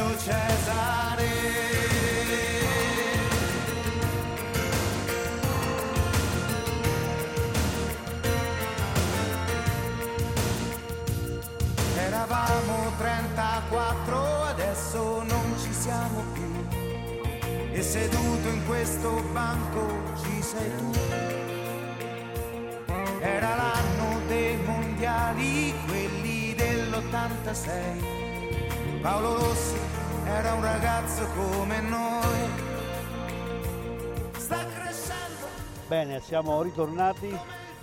Giulio Cesare. Eravamo 34, adesso non ci siamo più. E seduto in questo banco ci sei tu. Era l'anno dei mondiali, quelli dell'86. Paolo Rossi era un ragazzo come noi. Sta crescendo. Bene, siamo ritornati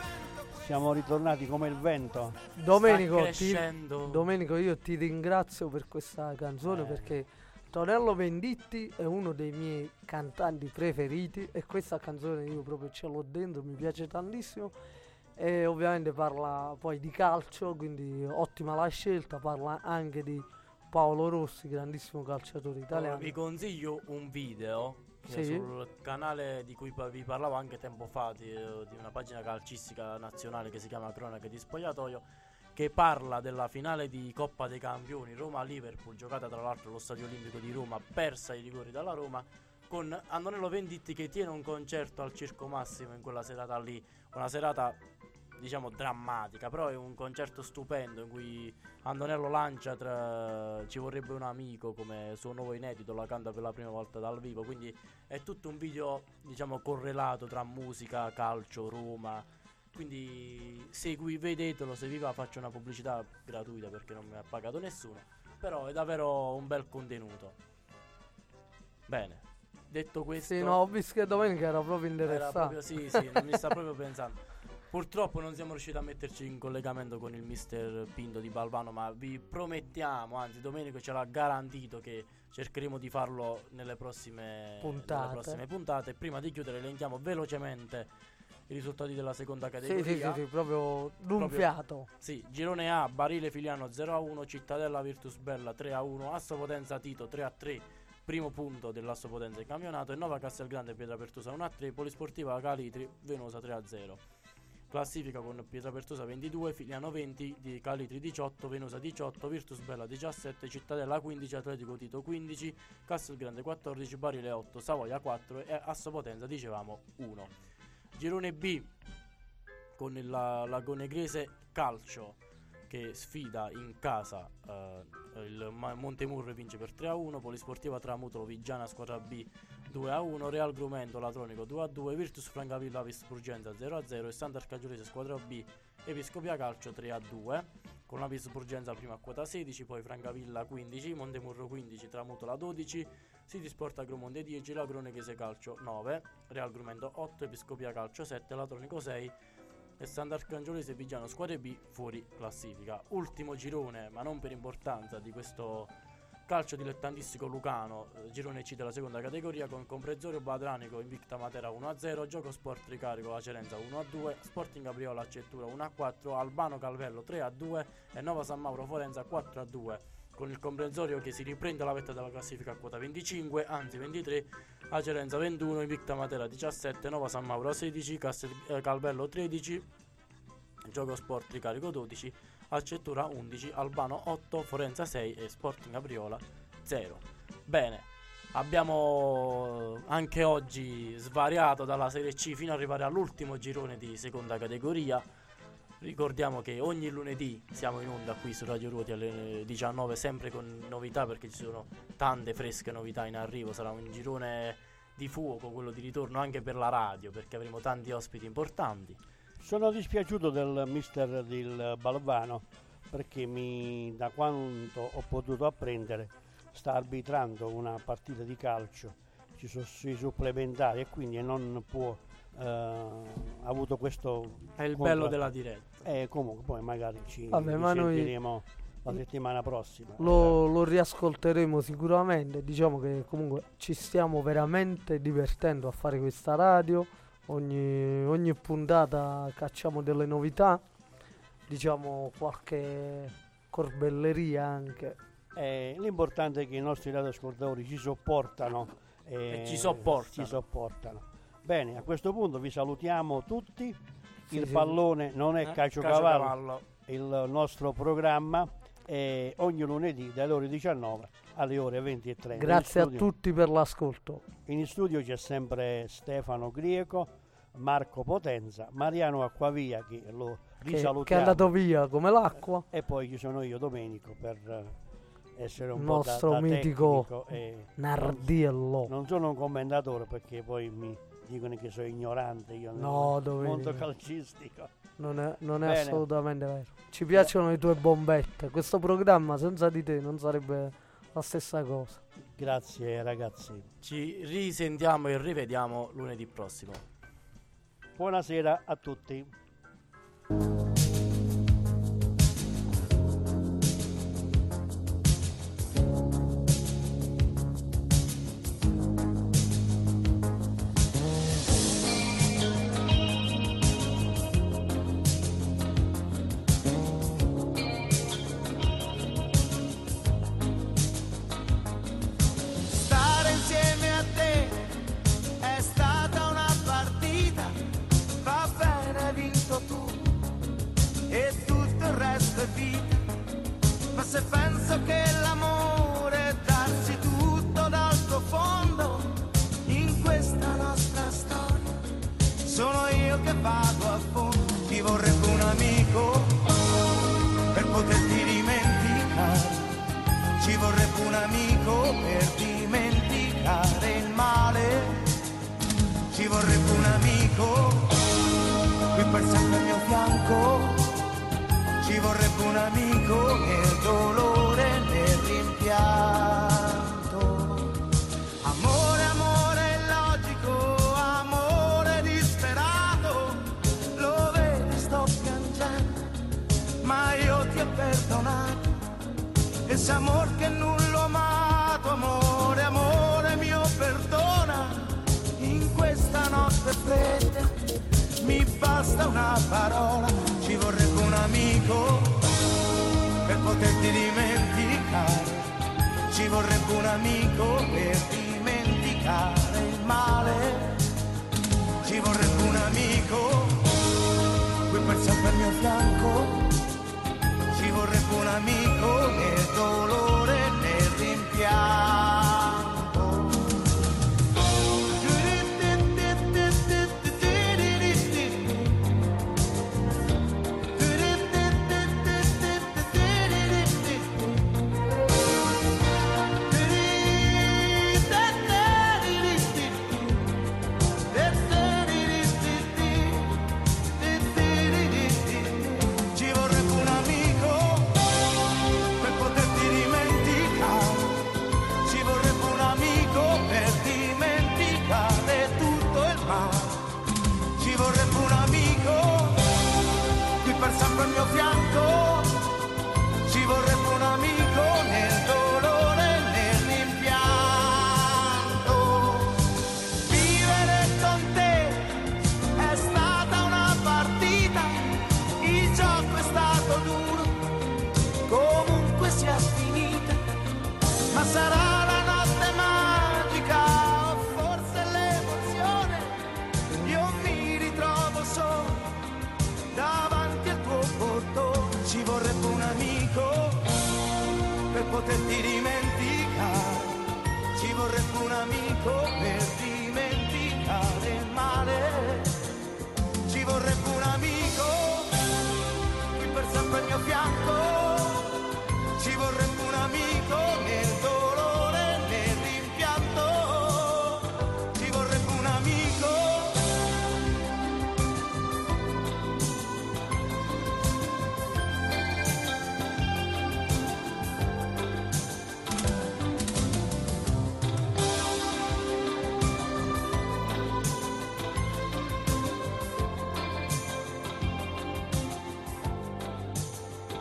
come il vento. Domenico, crescendo. Domenico, io ti ringrazio per questa canzone perché Tonello Venditti è uno dei miei cantanti preferiti e questa canzone io proprio ce l'ho dentro, mi piace tantissimo e ovviamente parla poi di calcio, quindi ottima la scelta, parla anche di Paolo Rossi, grandissimo calciatore italiano. Vi consiglio un video Sì. sul canale di cui vi parlavo anche tempo fa, di una pagina calcistica nazionale che si chiama Cronache di Spogliatoio, che parla della finale di Coppa dei Campioni Roma-Liverpool, giocata tra l'altro allo Stadio Olimpico di Roma, persa ai rigori dalla Roma, con Antonello Venditti che tiene un concerto al Circo Massimo in quella serata lì, una serata diciamo drammatica, però è un concerto stupendo in cui Antonello lancia Ci vorrebbe un amico come suo nuovo inedito, la canta per la prima volta dal vivo, quindi è tutto un video diciamo correlato tra musica, calcio, Roma. Quindi vedetelo, se vi va faccio una pubblicità gratuita perché non mi ha pagato nessuno, però è davvero un bel contenuto. Bene, detto questo, Sì, no, ho visto che domenica era proprio interessato. sì, non mi sta proprio pensando. Purtroppo non siamo riusciti a metterci in collegamento con il mister Pinto di Balvano, ma vi promettiamo, anzi Domenico ce l'ha garantito, che cercheremo di farlo nelle prossime puntate. Prima di chiudere elenchiamo velocemente i risultati della seconda categoria. Sì, proprio d'un fiato. Sì, girone A, Barile Filiano 0-1, Cittadella Virtus Bella 3-1, Asso Potenza Tito 3-3, primo punto dell'Asso Potenza in campionato, e Nova Castelgrande Pietra Pertusa 1-3, Polisportiva Calitri Venosa 3-0. Classifica con Pietra Pertusa 22, Filiano 20, di Calitri 18, Venosa 18, Virtus Bella 17, Cittadella 15, Atletico Tito 15, Castelgrande 14, Barile 8, Savoia 4 e Asso Potenza dicevamo 1. Girone B con il Lagonegrese Calcio che sfida in casa il Montemurro e vince per 3-1, Polisportiva Tramutolo Vigiana squadra B 2-1, Real Grumento Latronico 2-2, Virtus Francavilla Vispurgenza 0-0 e Sant'Arcagiolese squadra B Episcopia Calcio 3-2, con la Vispurgenza prima a quota 16, poi Francavilla 15, Montemurro 15, Tramutola 12, City Sport Agromonte 10, Lagroneghese Calcio 9, Real Grumento 8, Episcopia Calcio 7, Latronico 6 e Sant'Arcangiolese Vigiano squadre B fuori classifica. Ultimo girone, ma non per importanza, di questo calcio dilettantistico lucano, girone C della seconda categoria, con Comprensorio Badranico Invicta Matera 1-0, Gioco Sport Ricarico Acerenza 1-2, Sporting Gabriola Accettura 1-4, Albano Calvello 3-2 e Nova San Mauro Forenza 4-2, con il Comprensorio che si riprende la vetta della classifica a quota 25, anzi 23, Acerenza 21, Invicta Matera 17, Nova San Mauro 16, Calvello 13, Gioco Sport Ricarico 12, Accettura 11, Albano 8, Forenza 6 e Sporting Gabriola 0. Bene, abbiamo anche oggi svariato dalla Serie C fino ad arrivare all'ultimo girone di seconda categoria. Ricordiamo che ogni lunedì siamo in onda qui su Radio Ruoti alle 19, sempre con novità, perché ci sono tante fresche novità in arrivo. Sarà un girone di fuoco quello di ritorno anche per la radio, perché avremo tanti ospiti importanti. Sono dispiaciuto del mister del Balvano perché da quanto ho potuto apprendere sta arbitrando una partita di calcio, ci sono sui supplementari e quindi non può ha avuto questo è il bello della diretta. Comunque poi magari ci sentiremo la settimana prossima. Lo riascolteremo sicuramente. Diciamo che comunque ci stiamo veramente divertendo a fare questa radio. Ogni puntata cacciamo delle novità, diciamo qualche corbelleria anche. L'importante è che i nostri radioascoltatori ci sopportano e ci sopportano. Bene, a questo punto vi salutiamo tutti. Il pallone non è calciocavallo, il nostro programma, e ogni lunedì dalle ore 19 alle ore 20:30. Grazie a tutti per l'ascolto. In studio c'è sempre Stefano Grieco, Marco Potenza, Mariano Acquavia che lo risalutiamo, che è andato via come l'acqua, e poi ci sono io, Domenico, per essere un nostro po' da mitico e Nardiello. non sono un commentatore perché poi mi dicono che sono ignorante io nel Domenico, mondo calcistico. Non è assolutamente vero. Ci piacciono le tue bombette. Questo programma senza di te non sarebbe la stessa cosa. Grazie ragazzi. Ci risentiamo e rivediamo lunedì prossimo. Buonasera a tutti. Stare insieme a te è stata una partita, va bene, hai vinto tu e tutto il resto è vita. Ma se penso che l'amore è darsi tutto dal profondo in questa nostra storia, sono io che vado a fondo. Ti vorrebbe un amico per poterti dimenticare, ci vorrebbe un amico per dimenticare il male, ci vorrebbe un amico qui per sempre al mio fianco, ci vorrebbe un amico nel dolore, nel rimpianto. Amore, amore illogico, amore disperato, lo vedi sto piangendo, ma io ti ho perdonato. Ese amor che non l'ho amato, amore, amore mio, perdona. In questa notte fredda mi basta una parola, ci vorrebbe un amico per poterti dimenticare, ci vorrebbe un amico per dimenticare il male, ci vorrebbe un amico qui per sempre al mio fianco, ci vorrebbe un amico nel dolore, nel rimpianto. Ci vorrebbe un amico per poterti dimenticare, ci vorrebbe un amico per dimenticare tutto il male, ci vorrebbe un amico qui per sempre al mio fianco, ci vorrebbe un amico nel dolore, nel rimpianto. Vivere con te è stata una partita, il gioco è stato duro, comunque sia finita, ma sarà la notte magica o forse l'emozione, io mi ritrovo solo davanti al tuo portone, ci vorrebbe un amico per poterti dimenticare, ci vorrebbe un amico per dimenticare il male, ci vorrebbe un amico qui per sempre al mio fianco, ci vorrebbe un amico